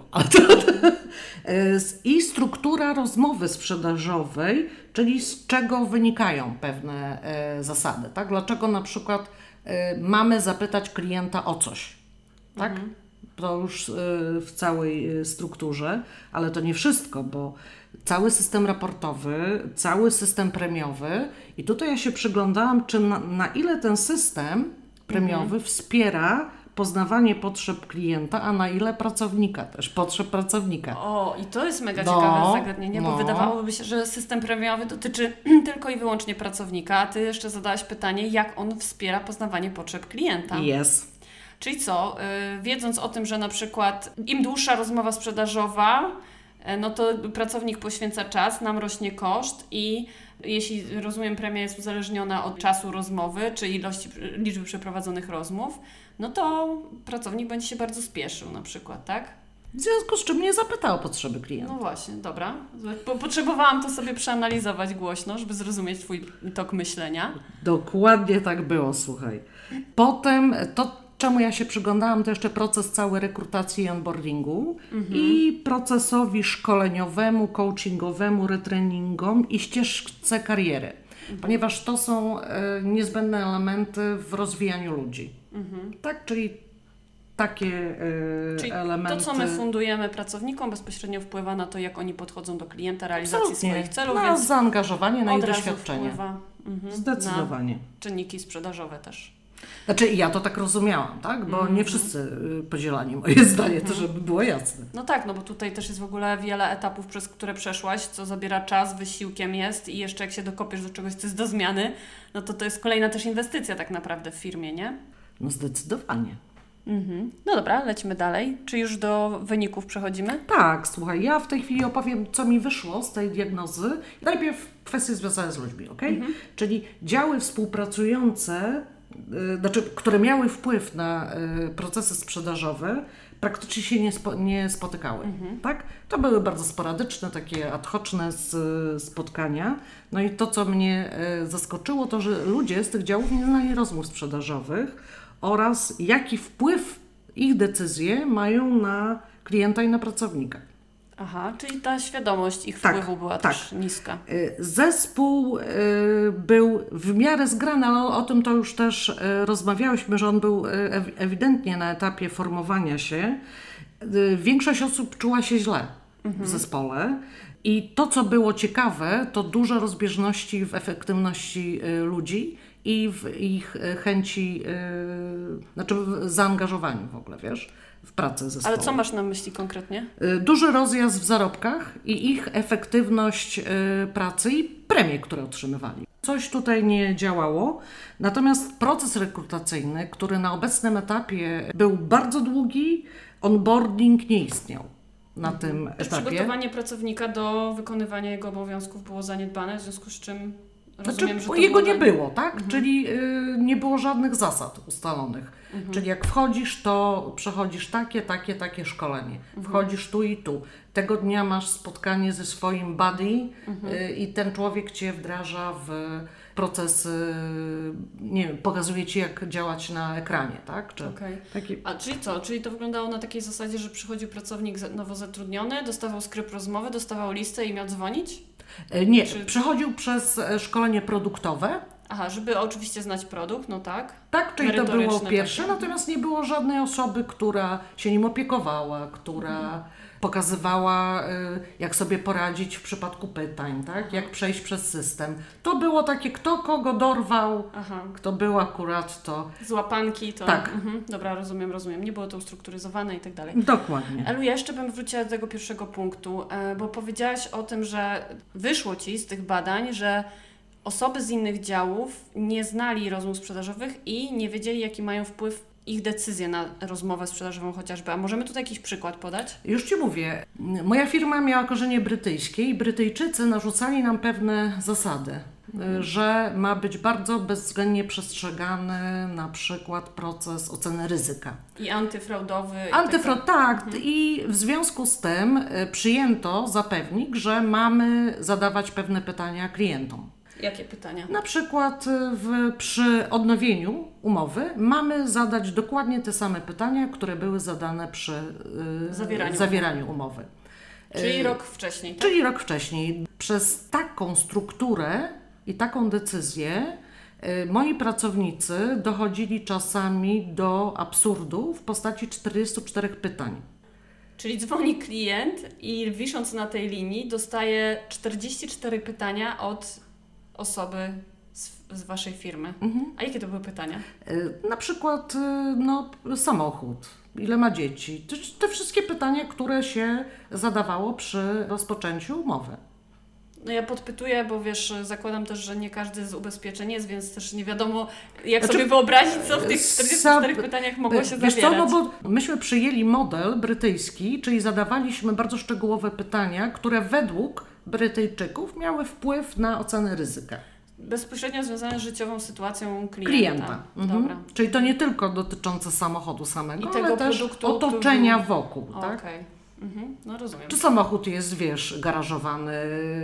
I struktura rozmowy sprzedażowej, czyli z czego wynikają pewne zasady, tak? Dlaczego na przykład mamy zapytać klienta o coś, tak? Mhm. To już w całej strukturze, ale to nie wszystko, bo cały system raportowy, cały system premiowy i tutaj ja się przyglądałam, czy na, na ile ten system premiowy mhm. wspiera poznawanie potrzeb klienta, a na ile pracownika też, potrzeb pracownika. O, i to jest mega no, ciekawe zagadnienie, no. bo wydawałoby się, że system premiowy dotyczy tylko i wyłącznie pracownika, a Ty jeszcze zadałaś pytanie, jak on wspiera poznawanie potrzeb klienta. Jest. Czyli co, yy, wiedząc o tym, że na przykład im dłuższa rozmowa sprzedażowa, yy, no to pracownik poświęca czas, nam rośnie koszt i jeśli, rozumiem, premia jest uzależniona od czasu rozmowy, czy ilości, liczby przeprowadzonych rozmów, no to pracownik będzie się bardzo spieszył na przykład, tak? W związku z czym nie zapytał o potrzeby klienta. No właśnie, dobra. Potrzebowałam to sobie przeanalizować głośno, żeby zrozumieć Twój tok myślenia. Dokładnie tak było, słuchaj. Potem to, czemu ja się przyglądałam, to jeszcze proces cały rekrutacji i onboardingu mhm. i procesowi szkoleniowemu, coachingowemu, retrainingom i ścieżce kariery, mhm. ponieważ to są y, niezbędne elementy w rozwijaniu ludzi. Mhm. Tak, czyli takie y, czyli elementy. To, co my fundujemy pracownikom, bezpośrednio wpływa na to, jak oni podchodzą do klienta, realizacji Absolutnie. swoich celów. Na więc zaangażowanie, na ich doświadczenie. Wpływa, mhm, Zdecydowanie. Na czynniki sprzedażowe też. Znaczy ja to tak rozumiałam, tak? Bo mm-hmm. nie wszyscy podzielali moje zdanie, mm-hmm. to żeby było jasne. No tak, no bo tutaj też jest w ogóle wiele etapów, przez które przeszłaś, co zabiera czas, wysiłkiem jest i jeszcze jak się dokopiesz do czegoś, co jest do zmiany, no to to jest kolejna też inwestycja tak naprawdę w firmie, nie? No zdecydowanie. Mm-hmm. No dobra, lecimy dalej. Czy już do wyników przechodzimy? Tak, słuchaj, ja w tej chwili opowiem, co mi wyszło z tej diagnozy. Najpierw kwestie związane z ludźmi, ok? Mm-hmm. Czyli działy współpracujące, znaczy, które miały wpływ na y, procesy sprzedażowe, praktycznie się nie, spo, nie spotykały. Mhm. Tak? To były bardzo sporadyczne, takie ad hocne z, spotkania. No i to, co mnie y, zaskoczyło, to, że ludzie z tych działów nie znali rozmów sprzedażowych oraz jaki wpływ ich decyzje mają na klienta i na pracownika. Aha, czyli ta świadomość ich tak, wpływu była tak. też niska. Zespół y, był w miarę zgrany, ale o, o tym to już też y, rozmawiałyśmy, że on był y, ewidentnie na etapie formowania się. Y, większość osób czuła się źle mhm. w zespole i to, co było ciekawe, to duże rozbieżności w efektywności y, ludzi i w ich y, chęci, y, znaczy w zaangażowaniu w ogóle, wiesz? W pracę zespołu. Ale co masz na myśli konkretnie? Duży rozjazd w zarobkach i ich efektywność pracy i premie, które otrzymywali. Coś tutaj nie działało. Natomiast proces rekrutacyjny, który na obecnym etapie był bardzo długi, onboarding nie istniał na mhm. tym etapie. Przygotowanie pracownika do wykonywania jego obowiązków było zaniedbane, w związku z czym rozumiem, znaczy, że to jego było nie dla... było, tak? Mhm. Czyli y, nie było żadnych zasad ustalonych. Mhm. Czyli jak wchodzisz, to przechodzisz takie, takie, takie szkolenie. Mhm. Wchodzisz tu i tu. Tego dnia masz spotkanie ze swoim buddy mhm. y, i ten człowiek Cię wdraża w proces, y, nie wiem, pokazuje Ci, jak działać na ekranie, tak? Czy okay. taki... A czyli co? Czyli to wyglądało na takiej zasadzie, że przychodził pracownik nowo zatrudniony, dostawał skrypt rozmowy, dostawał listę i miał dzwonić? Nie, Czy... przechodził przez szkolenie produktowe. Aha, żeby oczywiście znać produkt, no tak. Tak, czyli to było pierwsze, takie. Natomiast nie było żadnej osoby, która się nim opiekowała, która mhm. pokazywała, jak sobie poradzić w przypadku pytań, tak? Jak przejść przez system. To było takie, kto kogo dorwał, Aha. kto był akurat to... Z łapanki to... Tak. Mhm. Dobra, rozumiem, rozumiem. Nie było to ustrukturyzowane i tak dalej. Dokładnie. Elu, ja jeszcze bym wróciła do tego pierwszego punktu, bo powiedziałaś o tym, że wyszło Ci z tych badań, że osoby z innych działów nie znali rozmów sprzedażowych i nie wiedzieli, jaki mają wpływ ich decyzje na rozmowę sprzedażową chociażby. A możemy tutaj jakiś przykład podać? Już Ci mówię. Moja firma miała korzenie brytyjskie i Brytyjczycy narzucali nam pewne zasady, mhm. że ma być bardzo bezwzględnie przestrzegany na przykład proces oceny ryzyka. I antyfraudowy. Antyfraud, i tak. tak. Mhm. I w związku z tym przyjęto za pewnik, że mamy zadawać pewne pytania klientom. Jakie pytania? Na przykład w, przy odnowieniu umowy mamy zadać dokładnie te same pytania, które były zadane przy y, zawieraniu, zawieraniu umowy. Czyli y, rok wcześniej, tak? Czyli rok wcześniej. Przez taką strukturę i taką decyzję y, moi pracownicy dochodzili czasami do absurdu w postaci czterdziestu czterech pytań. Czyli dzwoni klient i wisząc na tej linii dostaje czterdzieści cztery pytania od osoby z, z Waszej firmy. Mhm. A jakie to były pytania? Yy, na przykład yy, no, samochód, ile ma dzieci. Te, te wszystkie pytania, które się zadawało przy rozpoczęciu umowy. No ja podpytuję, bo wiesz, zakładam też, że nie każdy z ubezpieczeń jest, więc też nie wiadomo, jak znaczy, sobie wyobrazić, co w tych czterdziestu czterech sa... pytaniach mogło się wiesz zawierać. Co, no bo myśmy przyjęli model brytyjski, czyli zadawaliśmy bardzo szczegółowe pytania, które według Brytyjczyków miały wpływ na ocenę ryzyka. Bezpośrednio związane z życiową sytuacją klienta. Klienta. Mhm. Dobra. Czyli to nie tylko dotyczące samochodu samego, I tego ale też produktu, otoczenia który... wokół. O, tak? Okay. Mhm. No rozumiem. Czy samochód jest, wiesz, garażowany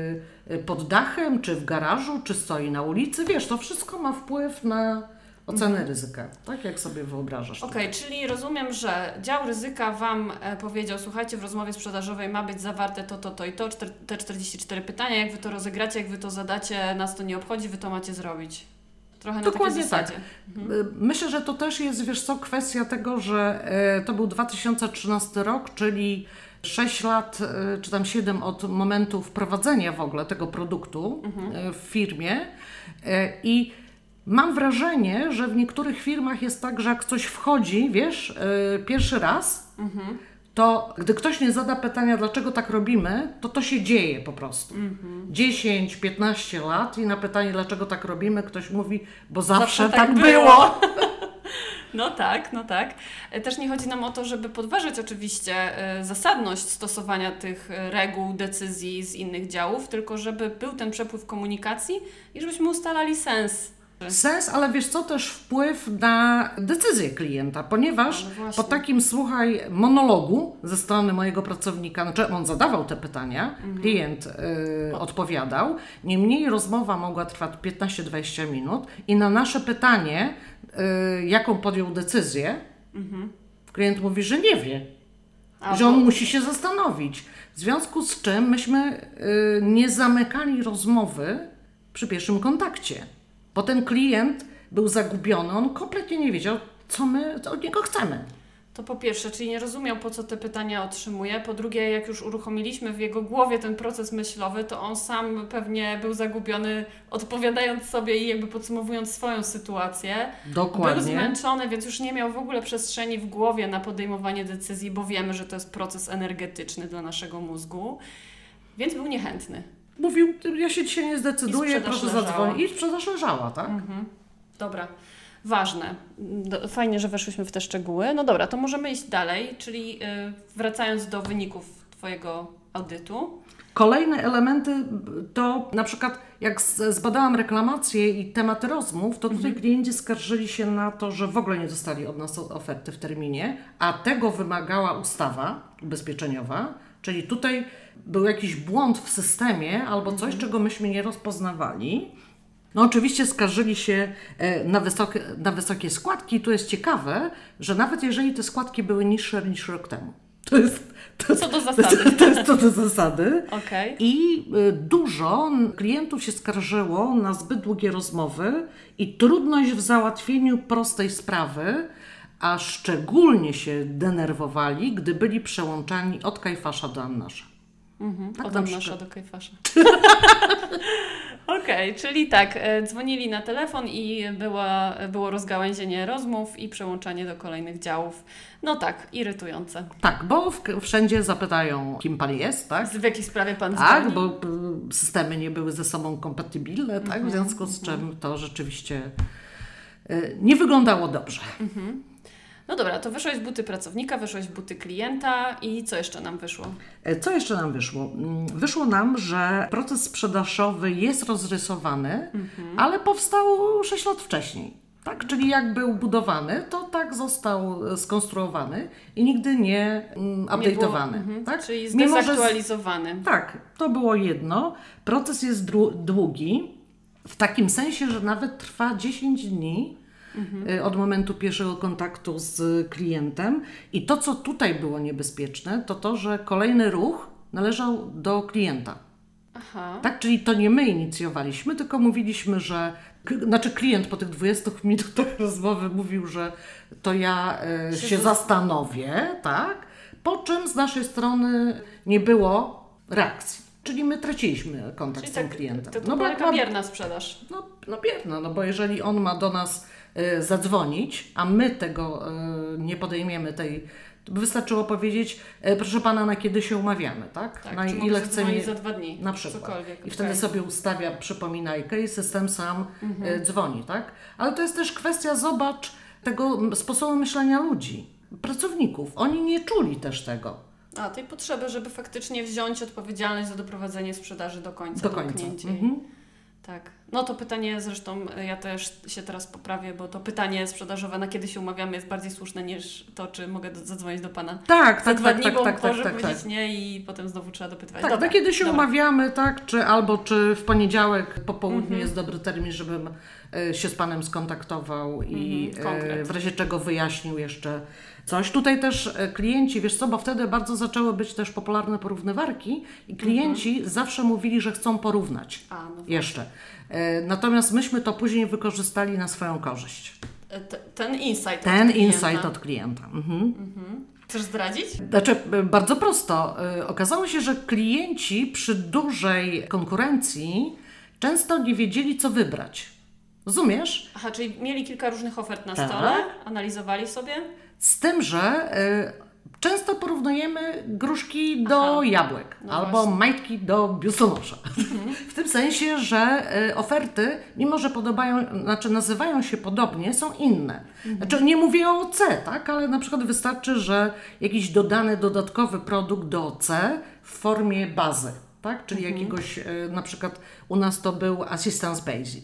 pod dachem, czy w garażu, czy stoi na ulicy. Wiesz, to wszystko ma wpływ na ocenę mhm. ryzyka, tak jak sobie wyobrażasz. Okej, okay, czyli rozumiem, że dział ryzyka Wam e, powiedział, słuchajcie, w rozmowie sprzedażowej ma być zawarte to, to, to i to, czter- te czterdzieści cztery pytania, jak Wy to rozegracie, jak Wy to zadacie, nas to nie obchodzi, Wy to macie zrobić. Trochę na Dokładnie takiej zasadzie. Tak. Mhm. Myślę, że to też jest, wiesz co, kwestia tego, że e, to był dwa tysiące trzynasty rok, czyli sześć lat, e, czy tam siedem od momentu wprowadzenia w ogóle tego produktu mhm. e, w firmie e, i mam wrażenie, że w niektórych firmach jest tak, że jak coś wchodzi, wiesz, yy, pierwszy raz, mhm. to gdy ktoś nie zada pytania, dlaczego tak robimy, to to się dzieje po prostu. Mhm. dziesięć piętnaście lat i na pytanie, dlaczego tak robimy, ktoś mówi, bo zawsze, zawsze tak, tak było. było. No tak, no tak. Też nie chodzi nam o to, żeby podważyć oczywiście zasadność stosowania tych reguł, decyzji z innych działów, tylko żeby był ten przepływ komunikacji i żebyśmy ustalali sens. Sens, ale wiesz co, też wpływ na decyzję klienta, ponieważ no po takim, słuchaj, monologu ze strony mojego pracownika, znaczy on zadawał te pytania, mhm. klient y, odpowiadał, niemniej rozmowa mogła trwać piętnaście dwadzieścia minut i na nasze pytanie, y, jaką podjął decyzję, mhm. klient mówi, że nie wie, A, że on bo... musi się zastanowić. W związku z czym myśmy y, nie zamykali rozmowy przy pierwszym kontakcie. Bo ten klient był zagubiony, on kompletnie nie wiedział, co my od niego chcemy. To po pierwsze, czyli nie rozumiał, po co te pytania otrzymuje. Po drugie, jak już uruchomiliśmy w jego głowie ten proces myślowy, to on sam pewnie był zagubiony, odpowiadając sobie i jakby podsumowując swoją sytuację. Dokładnie. Był zmęczony, więc już nie miał w ogóle przestrzeni w głowie na podejmowanie decyzji, bo wiemy, że to jest proces energetyczny dla naszego mózgu. Więc był niechętny. mówił, ja się dzisiaj nie zdecyduję, proszę zadzwonić. I sprzedaż leżała, tak? Mhm. Dobra. Ważne. Fajnie, że weszłyśmy w te szczegóły. No dobra, to możemy iść dalej, czyli wracając do wyników Twojego audytu. Kolejne elementy to na przykład jak zbadałam reklamacje i tematy rozmów, to tutaj mhm. klienci skarżyli się na to, że w ogóle nie dostali od nas oferty w terminie, a tego wymagała ustawa ubezpieczeniowa, czyli tutaj był jakiś błąd w systemie albo coś, mhm. czego myśmy nie rozpoznawali. No oczywiście skarżyli się na wysokie, na wysokie składki. Tu jest ciekawe, że nawet jeżeli te składki były niższe niż rok temu. To jest, to, co do zasady. To, to jest co do zasady. Okay. I dużo klientów się skarżyło na zbyt długie rozmowy i trudność w załatwieniu prostej sprawy, a szczególnie się denerwowali, gdy byli przełączani od Kajfasza do Annasza. Mhm, tak od Annasza do Kajfasza. Okej, okay, czyli tak, dzwonili na telefon i była, było rozgałęzienie rozmów i przełączanie do kolejnych działów. No tak, irytujące. Tak, bo w, wszędzie zapytają, kim Pan jest, tak? W jakiej sprawie Pan dzwoni? Tak, bo systemy nie były ze sobą kompatybilne, tak? Mm-hmm, w związku z czym mm-hmm. to rzeczywiście y, nie wyglądało dobrze. Mm-hmm. No dobra, to wyszłaś w buty pracownika, wyszłaś w buty klienta i co jeszcze nam wyszło? Co jeszcze nam wyszło? Wyszło nam, że proces sprzedażowy jest rozrysowany, mhm. ale powstał sześć lat wcześniej. Tak? Czyli jak był budowany, to tak został skonstruowany i nigdy nie um, update'owany. Mhm. Tak? Czyli zdezaktualizowany. Mimo, że, tak, to było jedno. Proces jest dru- długi, w takim sensie, że nawet trwa dziesięć dni, Mhm. od momentu pierwszego kontaktu z klientem. I to, co tutaj było niebezpieczne, to to, że kolejny ruch należał do klienta. Aha. Tak, czyli to nie my inicjowaliśmy, tylko mówiliśmy, że znaczy klient po tych dwudziestu minutach rozmowy mówił, że to ja e, się, się zastanowię, tak? Po czym z naszej strony nie było reakcji. Czyli my traciliśmy kontakt czyli z tym tak, klientem. To, to no była taka bierna sprzedaż. No, no bierna, no bo jeżeli on ma do nas y, zadzwonić, a my tego y, nie podejmiemy, tej, to by wystarczyło powiedzieć, y, proszę Pana, na kiedy się umawiamy, tak? tak na czy ile chcemy. za dwa dni, na przykład. Cokolwiek, I okay. wtedy sobie ustawia przypominajkę i system sam mhm. y, dzwoni, tak? Ale to jest też kwestia, zobacz, tego sposobu myślenia ludzi, pracowników. Oni nie czuli też tego. A, tej potrzeby, żeby faktycznie wziąć odpowiedzialność za doprowadzenie sprzedaży do końca, do końca. Mhm. Tak. No to pytanie zresztą, ja też się teraz poprawię, bo to pytanie sprzedażowe, na kiedy się umawiamy, jest bardziej słuszne niż to, czy mogę do, zadzwonić do Pana tak, za tak, dwa tak, dni, tak, bo tak, może tak, powiedzieć tak. nie i potem znowu trzeba dopytywać. Tak, dobra, na kiedy się dobra. umawiamy, tak, czy albo czy w poniedziałek po południu mhm. jest dobry termin, żebym y, się z Panem skontaktował i mhm, y, w razie czego wyjaśnił jeszcze coś. Tutaj też y, klienci, wiesz co, bo wtedy bardzo zaczęły być też popularne porównywarki i klienci mhm. zawsze mówili, że chcą porównać A, no jeszcze. Y, natomiast myśmy to później wykorzystali na swoją korzyść. T- ten insight Ten od klienta. insight od klienta. Mhm. Mhm. Chcesz zdradzić? Znaczy, bardzo prosto. Okazało się, że klienci przy dużej konkurencji często nie wiedzieli, co wybrać. Rozumiesz? Aha, czyli mieli kilka różnych ofert na tak. stole, analizowali sobie? Z tym, że y, często porównujemy gruszki do Aha. jabłek no albo właśnie. majtki do biustonosza. Mhm. W tym sensie, że y, oferty, mimo że podobają, znaczy nazywają się podobnie, są inne. Mhm. Znaczy nie mówię o O C, tak? Ale na przykład wystarczy, że jakiś dodany dodatkowy produkt do O C w formie bazy. Tak? Czyli mhm. jakiegoś, na przykład u nas to był Assistance Basic.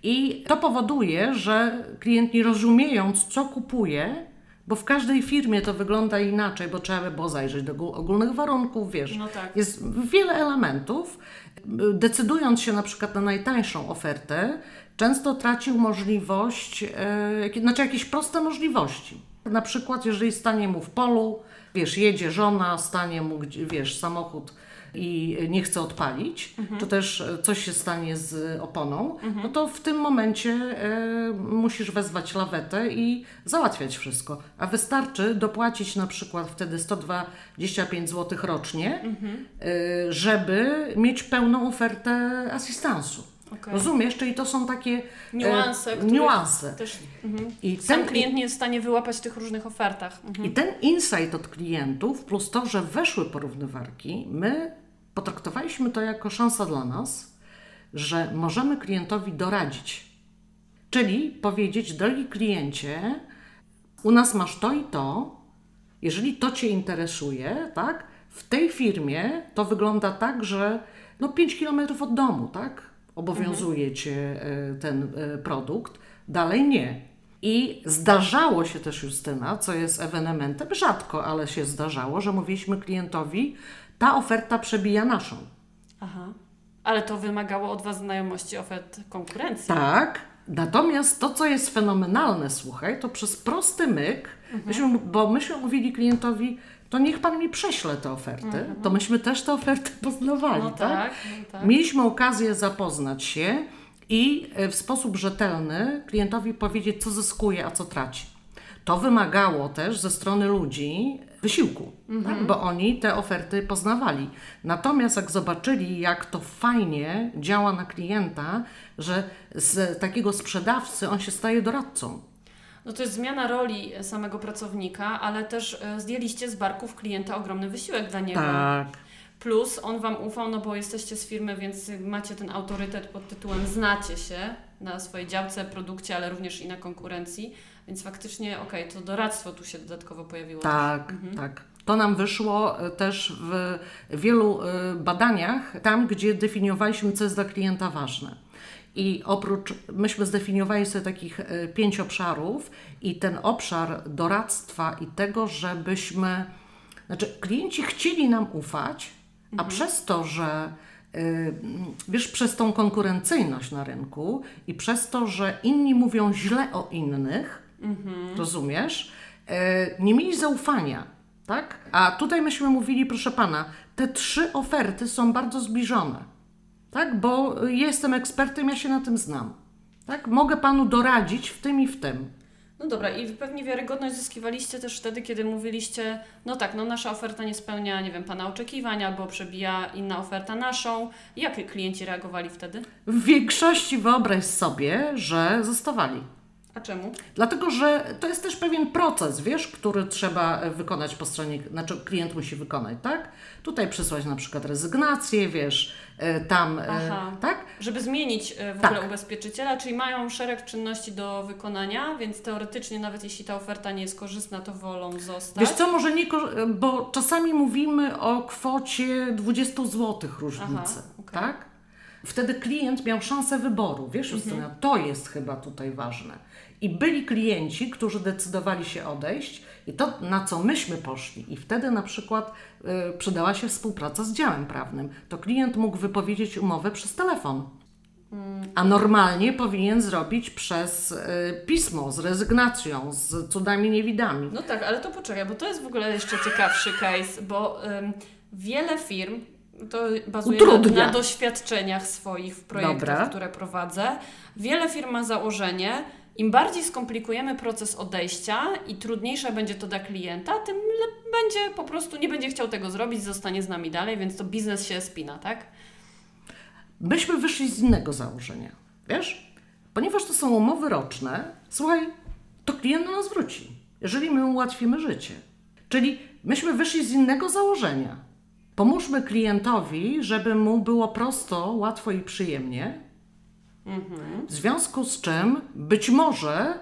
I to powoduje, że klient nie rozumiejąc, co kupuje, bo w każdej firmie to wygląda inaczej, bo trzeba by było zajrzeć do ogólnych warunków, wiesz. No tak. Jest wiele elementów. Decydując się na przykład na najtańszą ofertę, często tracił możliwość, e, znaczy jakieś proste możliwości. Na przykład, jeżeli stanie mu w polu, wiesz, jedzie żona, stanie mu, wiesz, samochód i nie chce odpalić, mhm. czy też coś się stanie z oponą, mhm. no to w tym momencie e, musisz wezwać lawetę i załatwiać wszystko. A wystarczy dopłacić na przykład wtedy sto dwadzieścia pięć złotych rocznie, mhm. e, żeby mieć pełną ofertę asystansu. Okay. Rozumiesz? Czyli to są takie niuanse, e, niuanse. Też, mhm. I sam ten, klient nie jest w stanie wyłapać w tych różnych ofertach. Mhm. I ten insight od klientów, plus to, że weszły porównywarki, my potraktowaliśmy to jako szansa dla nas, że możemy klientowi doradzić. Czyli powiedzieć, drogi kliencie, u nas masz to i to, jeżeli to Cię interesuje, tak? W tej firmie to wygląda tak, że no pięć kilometrów od domu, tak? Obowiązuje mhm. Cię ten produkt, dalej nie. I zdarzało się też, Justyna, co jest ewenementem, rzadko, ale się zdarzało, że mówiliśmy klientowi, ta oferta przebija naszą. Aha, ale to wymagało od Was znajomości ofert konkurencji. Tak, natomiast to, co jest fenomenalne, słuchaj, to przez prosty myk, mhm. myśmy, bo myśmy mówili klientowi, to niech Pan mi prześle te oferty, mhm. to myśmy też te oferty poznawali, no tak? tak? No tak. Mieliśmy okazję zapoznać się i w sposób rzetelny klientowi powiedzieć, co zyskuje, a co traci. To wymagało też ze strony ludzi wysiłku, mhm. tak? Bo oni te oferty poznawali. Natomiast jak zobaczyli, jak to fajnie działa na klienta, że z takiego sprzedawcy on się staje doradcą. No to jest zmiana roli samego pracownika, ale też zdjęliście z barków klienta ogromny wysiłek dla niego. Tak. Plus on Wam ufał, no bo jesteście z firmy, więc macie ten autorytet pod tytułem znacie się na swojej działce, produkcie, ale również i na konkurencji, więc faktycznie okej, okay, to doradztwo tu się dodatkowo pojawiło. Tak, mhm. tak. To nam wyszło też w wielu badaniach, tam gdzie definiowaliśmy, co jest dla klienta ważne. I oprócz, myśmy zdefiniowali sobie takich pięć obszarów i ten obszar doradztwa i tego, żebyśmy, znaczy klienci chcieli nam ufać, a mhm. przez to, że yy, wiesz, przez tą konkurencyjność na rynku i przez to, że inni mówią źle o innych, mhm. rozumiesz, yy, nie mieli zaufania, tak? A tutaj myśmy mówili, proszę Pana, te trzy oferty są bardzo zbliżone. Tak, bo jestem ekspertem, ja się na tym znam. Tak, mogę Panu doradzić w tym i w tym. No dobra, i pewnie wiarygodność zyskiwaliście też wtedy, kiedy mówiliście, no tak, no nasza oferta nie spełnia, nie wiem, Pana oczekiwań, albo przebija inna oferta naszą. Jak klienci reagowali wtedy? W większości wyobraź sobie, że zostawali. A czemu? Dlatego, że to jest też pewien proces, wiesz, który trzeba wykonać po stronie, znaczy klient musi wykonać, tak? Tutaj przysłać na przykład rezygnację, wiesz, tam, Aha. tak? Żeby zmienić w tak. ogóle ubezpieczyciela, czyli mają szereg czynności do wykonania, więc teoretycznie nawet jeśli ta oferta nie jest korzystna, to wolą zostać. Wiesz co, może nie, bo czasami mówimy o kwocie dwadzieścia złotych różnicy, Aha, okay. tak? Wtedy klient miał szansę wyboru, wiesz, Justyna, mhm. to jest chyba tutaj ważne. I byli klienci, którzy decydowali się odejść i to, na co myśmy poszli. I wtedy na przykład y, przydała się współpraca z działem prawnym. To klient mógł wypowiedzieć umowę przez telefon. Hmm. A normalnie powinien zrobić przez y, pismo z rezygnacją, z cudami niewidami. No tak, ale to poczekaj, bo to jest w ogóle jeszcze ciekawszy case, bo ym, wiele firm, to bazuje na, na doświadczeniach swoich w projektach, Dobra. które prowadzę. Wiele firm ma założenie, im bardziej skomplikujemy proces odejścia i trudniejsze będzie to dla klienta, tym będzie po prostu nie będzie chciał tego zrobić, zostanie z nami dalej, więc to biznes się spina, tak? Byśmy wyszli z innego założenia, wiesz? Ponieważ to są umowy roczne, słuchaj, to klient do nas wróci, jeżeli my ułatwimy życie. Czyli myśmy wyszli z innego założenia. Pomóżmy klientowi, żeby mu było prosto, łatwo i przyjemnie. Mhm. W związku z czym być może e,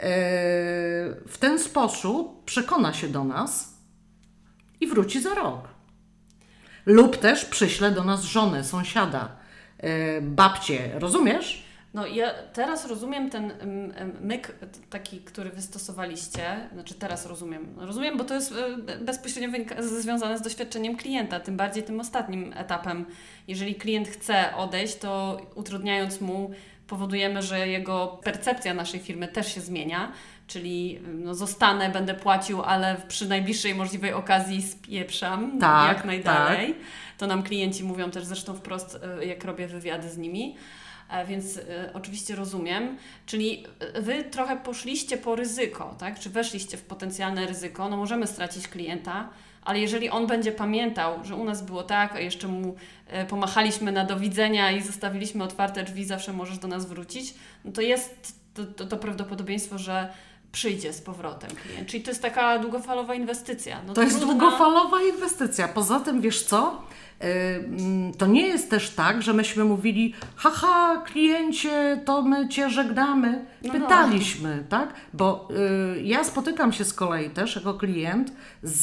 w ten sposób przekona się do nas i wróci za rok. Lub też przyśle do nas żonę, sąsiada, e, babcię. Rozumiesz? No ja teraz rozumiem ten myk taki, który wystosowaliście, znaczy teraz rozumiem, rozumiem, bo to jest bezpośrednio wynika, związane z doświadczeniem klienta, tym bardziej tym ostatnim etapem. Jeżeli klient chce odejść, to utrudniając mu powodujemy, że jego percepcja naszej firmy też się zmienia, czyli no, zostanę, będę płacił, ale przy najbliższej możliwej okazji spieprzam tak, jak najdalej. Tak. To nam klienci mówią też zresztą wprost, jak robię wywiady z nimi. Więc y, oczywiście rozumiem, czyli Wy trochę poszliście po ryzyko, tak? Czy weszliście w potencjalne ryzyko, no możemy stracić klienta, ale jeżeli on będzie pamiętał, że u nas było tak, a jeszcze mu y, pomachaliśmy na do widzenia i zostawiliśmy otwarte drzwi, zawsze możesz do nas wrócić, no to jest to, to, to prawdopodobieństwo, że przyjdzie z powrotem klient. Czyli to jest taka długofalowa inwestycja. No to jest trudna... długofalowa inwestycja. Poza tym, wiesz co, to nie jest też tak, że myśmy mówili, haha, kliencie, to my Cię żegnamy. Pytaliśmy, no. tak? Bo y, ja spotykam się z kolei też jako klient z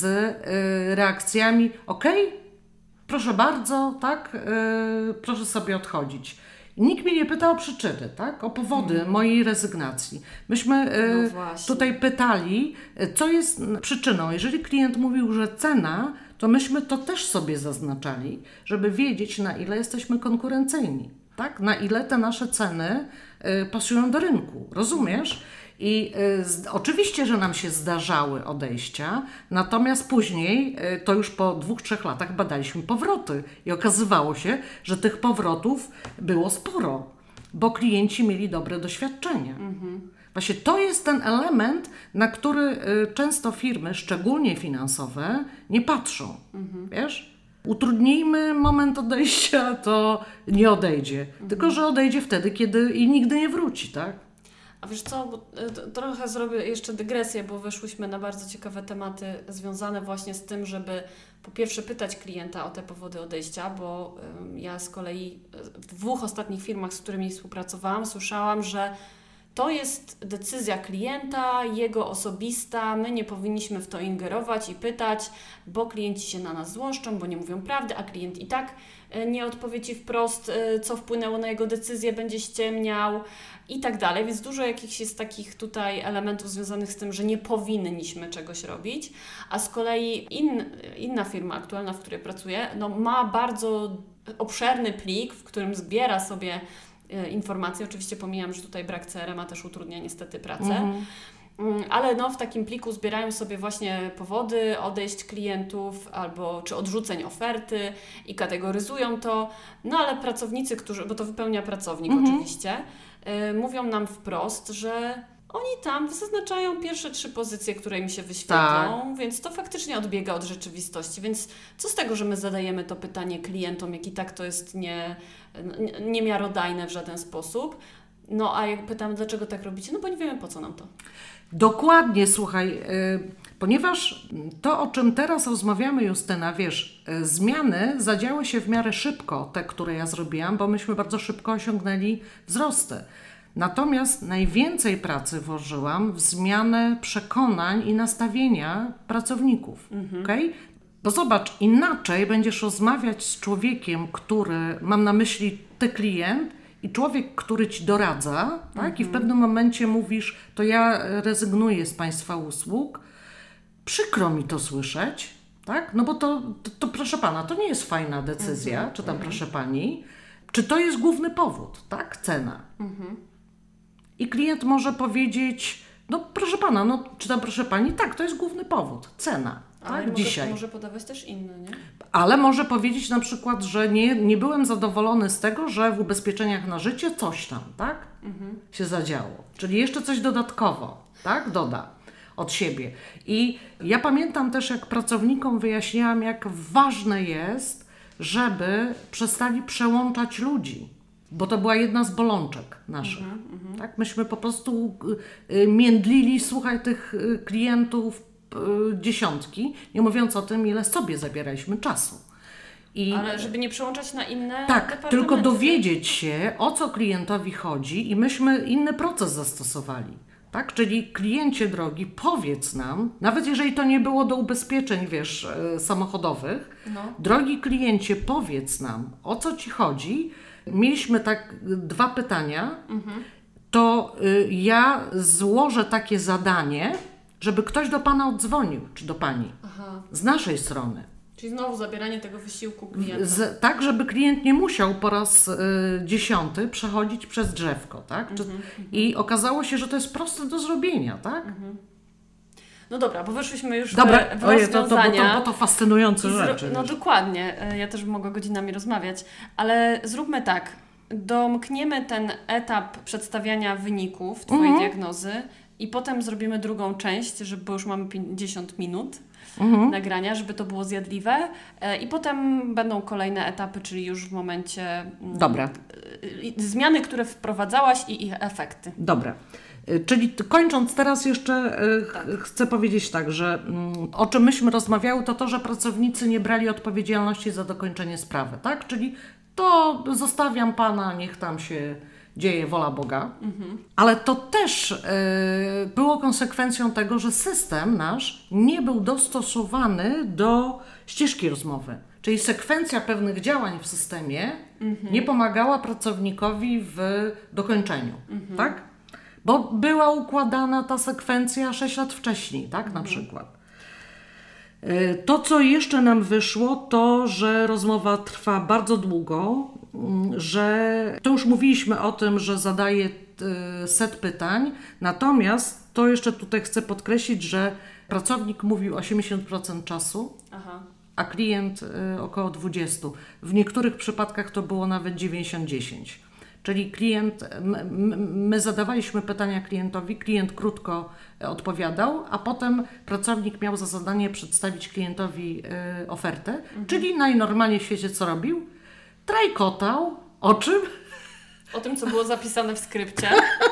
y, reakcjami, okej, okay, proszę bardzo, tak, y, proszę sobie odchodzić. Nikt mnie nie pytał o przyczyny, tak? O powody hmm. mojej rezygnacji. Myśmy y, no tutaj pytali, co jest przyczyną. Jeżeli klient mówił, że cena, to myśmy to też sobie zaznaczali, żeby wiedzieć, na ile jesteśmy konkurencyjni, tak? Na ile te nasze ceny y, pasują do rynku. Rozumiesz? I y, z, oczywiście, że nam się zdarzały odejścia, natomiast później, y, to już po dwóch, trzech latach badaliśmy powroty i okazywało się, że tych powrotów było sporo, bo klienci mieli dobre doświadczenia. Mhm. Właśnie to jest ten element, na który y, często firmy, szczególnie finansowe, nie patrzą. Mhm. Wiesz? Utrudnijmy moment odejścia, to nie odejdzie. Mhm. Tylko że odejdzie wtedy, kiedy i nigdy nie wróci, tak? A wiesz co, bo trochę zrobię jeszcze dygresję, bo weszłyśmy na bardzo ciekawe tematy związane właśnie z tym, żeby po pierwsze pytać klienta o te powody odejścia, bo um, ja z kolei w dwóch ostatnich firmach, z którymi współpracowałam, słyszałam, że to jest decyzja klienta, jego osobista, my nie powinniśmy w to ingerować i pytać, bo klienci się na nas złoszczą, bo nie mówią prawdy, a klient i tak nie odpowie Ci wprost, co wpłynęło na jego decyzję, będzie ściemniał i tak dalej, więc dużo jakichś jest takich tutaj elementów związanych z tym, że nie powinniśmy czegoś robić, a z kolei in, inna firma aktualna, w której pracuję, no, ma bardzo obszerny plik, w którym zbiera sobie informacje. Oczywiście pomijam, że tutaj brak C R M a też utrudnia niestety pracę. Mhm. Ale no, w takim pliku zbierają sobie właśnie powody odejść klientów albo czy odrzuceń oferty i kategoryzują to. No ale pracownicy, którzy, bo to wypełnia pracownik mhm. oczywiście, y, mówią nam wprost, że oni tam zaznaczają pierwsze trzy pozycje, które im się wyświetlą, tak. Więc to faktycznie odbiega od rzeczywistości. Więc co z tego, że my zadajemy to pytanie klientom, jak i tak to jest nie, niemiarodajne w żaden sposób. No a jak pytam, dlaczego tak robicie? No bo nie wiemy, po co nam to. Dokładnie, słuchaj, yy, ponieważ to, o czym teraz rozmawiamy, Justyna, wiesz, yy, zmiany zadziały się w miarę szybko, te, które ja zrobiłam, bo myśmy bardzo szybko osiągnęli wzrosty. Natomiast najwięcej pracy włożyłam w zmianę przekonań i nastawienia pracowników. Mhm. Okay? Bo zobacz, inaczej będziesz rozmawiać z człowiekiem, który, mam na myśli ty klient, i człowiek, który Ci doradza, tak? Mhm. I w pewnym momencie mówisz, to ja rezygnuję z Państwa usług. Przykro mi to słyszeć, tak? No bo to, to, to proszę Pana, to nie jest fajna decyzja, mhm. czy tam mhm. proszę Pani. Czy to jest główny powód, tak? Cena. Mhm. I klient może powiedzieć, no proszę Pana, no czy tam proszę Pani, tak, to jest główny powód, cena. Ale tak, może, dzisiaj. może podawać też inne, nie? Ale może powiedzieć na przykład, że nie, nie byłem zadowolony z tego, że w ubezpieczeniach na życie coś tam, tak, mhm. się zadziało. Czyli jeszcze coś dodatkowo, tak, doda od siebie. I ja pamiętam też, jak pracownikom wyjaśniałam, jak ważne jest, żeby przestali przełączać ludzi. Bo to była jedna z bolączek naszych. Mhm, mhm. Tak? Myśmy po prostu y, międlili, słuchaj, tych y, klientów y, dziesiątki, nie mówiąc o tym, ile sobie zabieraliśmy czasu. I, Ale żeby nie przełączać na inne tak, tylko dowiedzieć się, o co klientowi chodzi i myśmy inny proces zastosowali. Tak? Czyli kliencie drogi, powiedz nam, nawet jeżeli to nie było do ubezpieczeń, wiesz, y, samochodowych, no. drogi kliencie, powiedz nam, o co Ci chodzi. Mieliśmy tak dwa pytania, mhm. to y, ja złożę takie zadanie, żeby ktoś do Pana oddzwonił, czy do Pani, Aha. z naszej strony. Czyli znowu zabieranie tego wysiłku klienta. Z, tak, żeby klient nie musiał po raz y, dziesiąty przechodzić przez drzewko, tak? Czy, mhm. I okazało się, że to jest proste do zrobienia, tak? Mhm. No dobra, bo weszłyśmy już dobra, w, w oje, to, rozwiązania. To, to, bo to fascynujące zro... rzeczy. No wiesz. Dokładnie, ja też mogę godzinami rozmawiać, ale zróbmy tak, domkniemy ten etap przedstawiania wyników Twojej mhm. diagnozy i potem zrobimy drugą część, żeby, bo już mamy pięćdziesiąt minut mhm. nagrania, żeby to było zjadliwe i potem będą kolejne etapy, czyli już w momencie Dobra. zmiany, które wprowadzałaś i ich efekty. Dobra. Czyli kończąc teraz jeszcze tak. chcę powiedzieć tak, że o czym myśmy rozmawiały, to to, że pracownicy nie brali odpowiedzialności za dokończenie sprawy, tak? Czyli to zostawiam Pana, niech tam się dzieje wola Boga. Mhm. Ale to też y, było konsekwencją tego, że system nasz nie był dostosowany do ścieżki rozmowy. Czyli sekwencja pewnych działań w systemie mhm. nie pomagała pracownikowi w dokończeniu, mhm. tak? Bo była układana ta sekwencja sześć lat wcześniej, tak? Mhm. Na przykład. To, co jeszcze nam wyszło, to, że rozmowa trwa bardzo długo, że to już mówiliśmy o tym, że zadaje set pytań, natomiast to jeszcze tutaj chcę podkreślić, że pracownik mówił osiemdziesiąt procent czasu, Aha. a klient około dwadzieścia procent. W niektórych przypadkach to było nawet dziewięćdziesiąt dziesięć. Czyli klient, my zadawaliśmy pytania klientowi, klient krótko odpowiadał, a potem pracownik miał za zadanie przedstawić klientowi y, ofertę, mhm. czyli najnormalniej w świecie co robił? Trajkotał. O czym? O tym, co było zapisane w skrypcie.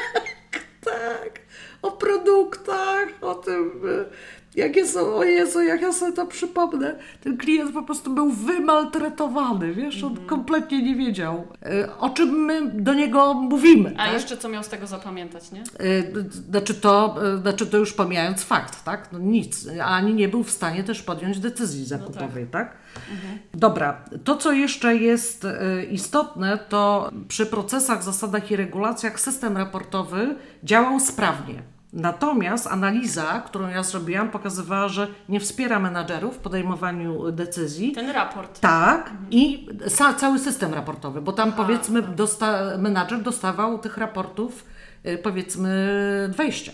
Tak, o produktach, o tym, jak jest, o Jezu, jak ja sobie to przypomnę. Ten klient po prostu był wymaltretowany, wiesz, on mm. kompletnie nie wiedział, o czym my do niego mówimy. A tak? jeszcze co miał z tego zapamiętać, nie? Znaczy to, znaczy to już pomijając fakt, tak? No nic, ani nie był w stanie też podjąć decyzji zakupowej, no tak? tak? Mhm. Dobra, to co jeszcze jest istotne, to przy procesach, zasadach i regulacjach system raportowy działał sprawnie. Natomiast analiza, którą ja zrobiłam, pokazywała, że nie wspiera menadżerów w podejmowaniu decyzji. Ten raport. Tak, mhm. i ca- cały system raportowy, bo tam Aha, powiedzmy tak. dosta- menadżer dostawał tych raportów y, powiedzmy dwadzieścia.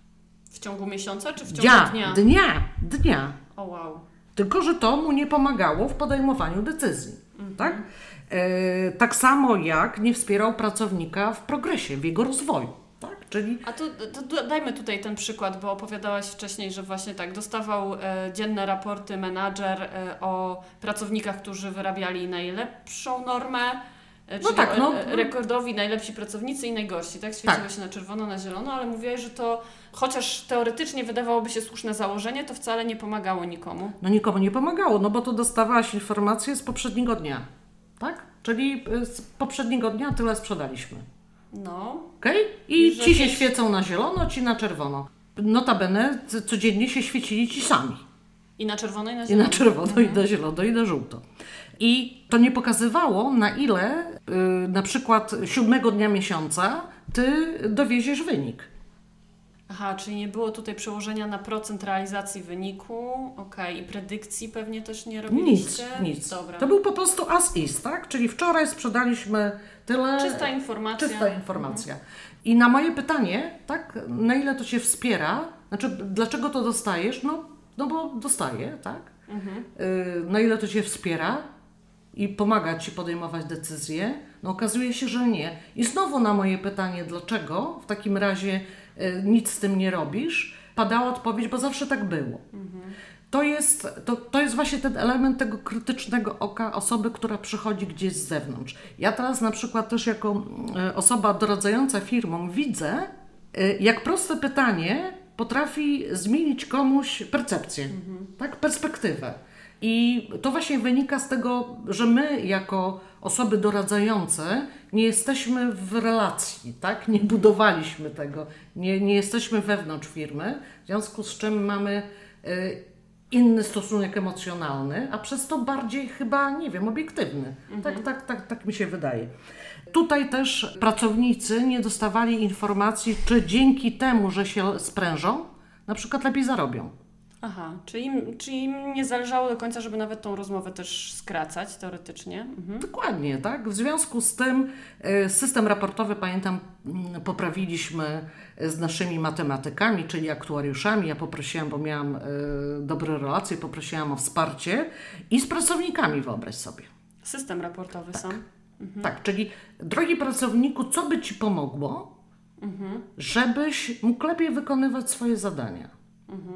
W ciągu miesiąca czy w ciągu dnia? Dnia, dnia, dnia. O wow. Tylko, że to mu nie pomagało w podejmowaniu decyzji. Mhm. Tak? Y, tak samo jak nie wspierał pracownika w progresie, w jego rozwoju. Czyli... A to, to dajmy tutaj ten przykład, bo opowiadałaś wcześniej, że właśnie tak, dostawał e, dzienne raporty menadżer e, o pracownikach, którzy wyrabiali najlepszą normę, e, czyli no tak, no. e, rekordowi najlepsi pracownicy i najgorsi, tak? Świeciło tak. się na czerwono, na zielono, ale mówiłaś, że to chociaż teoretycznie wydawałoby się słuszne założenie, to wcale nie pomagało nikomu. No nikomu nie pomagało, no bo to dostawałaś informacje z poprzedniego dnia, tak? Czyli z poprzedniego dnia tyle sprzedaliśmy. No. Okej? Okay? I, I ci się jest... świecą na zielono, ci na czerwono. Notabene codziennie się świecili ci sami. I na czerwono, i na zielono. I na czerwono, mhm. i na zielono, i na żółto. I to nie pokazywało, na ile yy, na przykład siódmego dnia miesiąca ty dowieziesz wynik. Aha, czyli nie było tutaj przełożenia na procent realizacji wyniku, okej, okay. i predykcji pewnie też nie robiliście? Nic, nic. Dobra. To był po prostu as is, tak? Czyli wczoraj sprzedaliśmy tyle... Czysta informacja. Czysta informacja. Mhm. I na moje pytanie, tak, na ile to się wspiera, znaczy dlaczego to dostajesz? No, no bo dostaję, tak? Mhm. Yy, na ile to się wspiera i pomaga Ci podejmować decyzje? No okazuje się, że nie. I znowu na moje pytanie, dlaczego w takim razie nic z tym nie robisz, padała odpowiedź, bo zawsze tak było. Mhm. To jest, to, to jest właśnie ten element tego krytycznego oka osoby, która przychodzi gdzieś z zewnątrz. Ja teraz na przykład też jako osoba doradzająca firmom widzę, jak proste pytanie potrafi zmienić komuś percepcję, mhm. tak? Perspektywę. I to właśnie wynika z tego, że my jako osoby doradzające nie jesteśmy w relacji, tak? Nie budowaliśmy tego, nie, nie jesteśmy wewnątrz firmy, w związku z czym mamy y, inny stosunek emocjonalny, a przez to bardziej chyba, nie wiem, obiektywny. Mhm. Tak, tak, tak, tak mi się wydaje. Tutaj też pracownicy nie dostawali informacji, czy dzięki temu, że się sprężą, na przykład lepiej zarobią. Aha, czyli, czyli im nie zależało do końca, żeby nawet tą rozmowę też skracać teoretycznie. Mhm. Dokładnie, tak. W związku z tym system raportowy, pamiętam, poprawiliśmy z naszymi matematykami, czyli aktuariuszami. Ja poprosiłam, bo miałam y, dobre relacje, poprosiłam o wsparcie i z pracownikami, wyobraź sobie. System raportowy tak. sam. Mhm. Tak, czyli drogi pracowniku, co by Ci pomogło, mhm. żebyś mógł lepiej wykonywać swoje zadania? Mhm.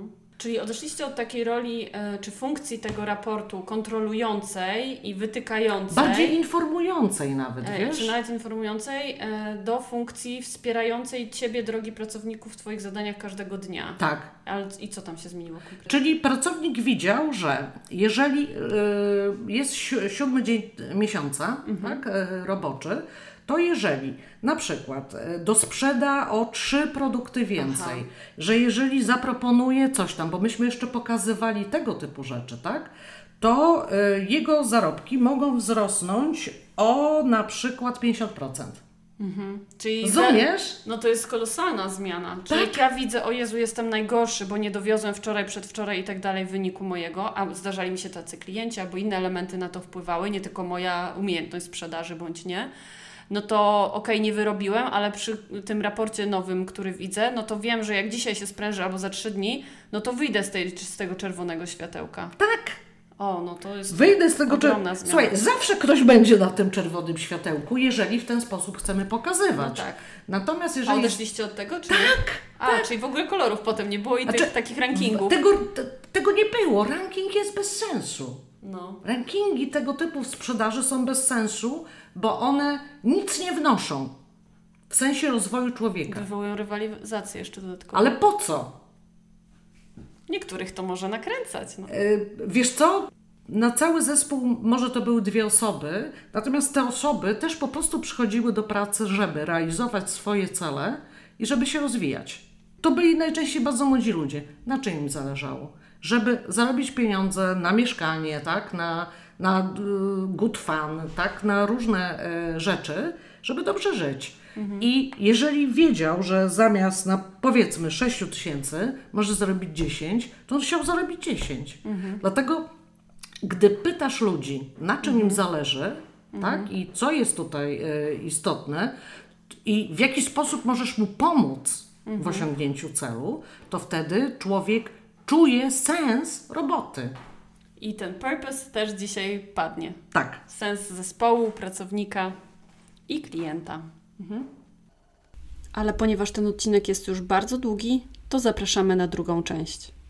Czyli odeszliście od takiej roli, e, czy funkcji tego raportu kontrolującej i wytykającej. Bardziej informującej nawet, e, wiesz? Czy nawet informującej, e, do funkcji wspierającej Ciebie, drogi pracowniku, w Twoich zadaniach każdego dnia. Tak. Ale i co tam się zmieniło konkretnie? Czyli pracownik widział, że jeżeli y, jest si- siódmy dzień miesiąca, Mhm. tak, y, roboczy, to jeżeli na przykład y, dosprzeda o trzy produkty więcej, Aha. że jeżeli zaproponuje coś tam, bo myśmy jeszcze pokazywali tego typu rzeczy, tak, to y, jego zarobki mogą wzrosnąć o na przykład pięćdziesiąt procent. Mhm. Czyli Rozumiesz? No to jest kolosalna zmiana. Czyli Tak. jak ja widzę, o Jezu, jestem najgorszy, bo nie dowiozłem wczoraj, przedwczoraj i tak dalej wyniku mojego, a zdarzali mi się tacy klienci, albo inne elementy na to wpływały, nie tylko moja umiejętność sprzedaży bądź nie, no to okej, nie wyrobiłem, ale przy tym raporcie nowym, który widzę, no to wiem, że jak dzisiaj się sprężę albo za trzy dni, no to wyjdę z, tej, z tego czerwonego światełka. Tak. O, no to jest Wyjdę z tego ogromna czer- zmiana. Słuchaj, zawsze ktoś będzie na tym czerwonym światełku, jeżeli w ten sposób chcemy pokazywać. No tak. Natomiast A jeżeli... odeszliście od tego, czy nie? Tak, A, tak. czyli w ogóle kolorów potem nie było i Znaczy, tych takich rankingów. Tego, te, tego nie było. Ranking jest bez sensu. No. Rankingi tego typu w sprzedaży są bez sensu, bo one nic nie wnoszą w sensie rozwoju człowieka. Wywołują rywalizację jeszcze dodatkowo. Ale po co? Niektórych to może nakręcać. No. Yy, wiesz co? Na cały zespół może to były dwie osoby, natomiast te osoby też po prostu przychodziły do pracy, żeby realizować swoje cele i żeby się rozwijać. To byli najczęściej bardzo młodzi ludzie. Na czym im zależało? Żeby zarobić pieniądze na mieszkanie, tak? na, na y, good fun, tak? Na różne y, rzeczy, żeby dobrze żyć. Mhm. I jeżeli wiedział, że zamiast na powiedzmy sześć tysięcy może zarobić dziesięć, to on chciał zarobić dziesięć. Mhm. Dlatego gdy pytasz ludzi, na czym mhm. im zależy, mhm. tak? I co jest tutaj y, istotne i w jaki sposób możesz mu pomóc mhm. w osiągnięciu celu, to wtedy człowiek czuje sens roboty. I ten purpose też dzisiaj padnie. Tak. Sens zespołu, pracownika i klienta. Mhm. Ale ponieważ ten odcinek jest już bardzo długi, to zapraszamy na drugą część.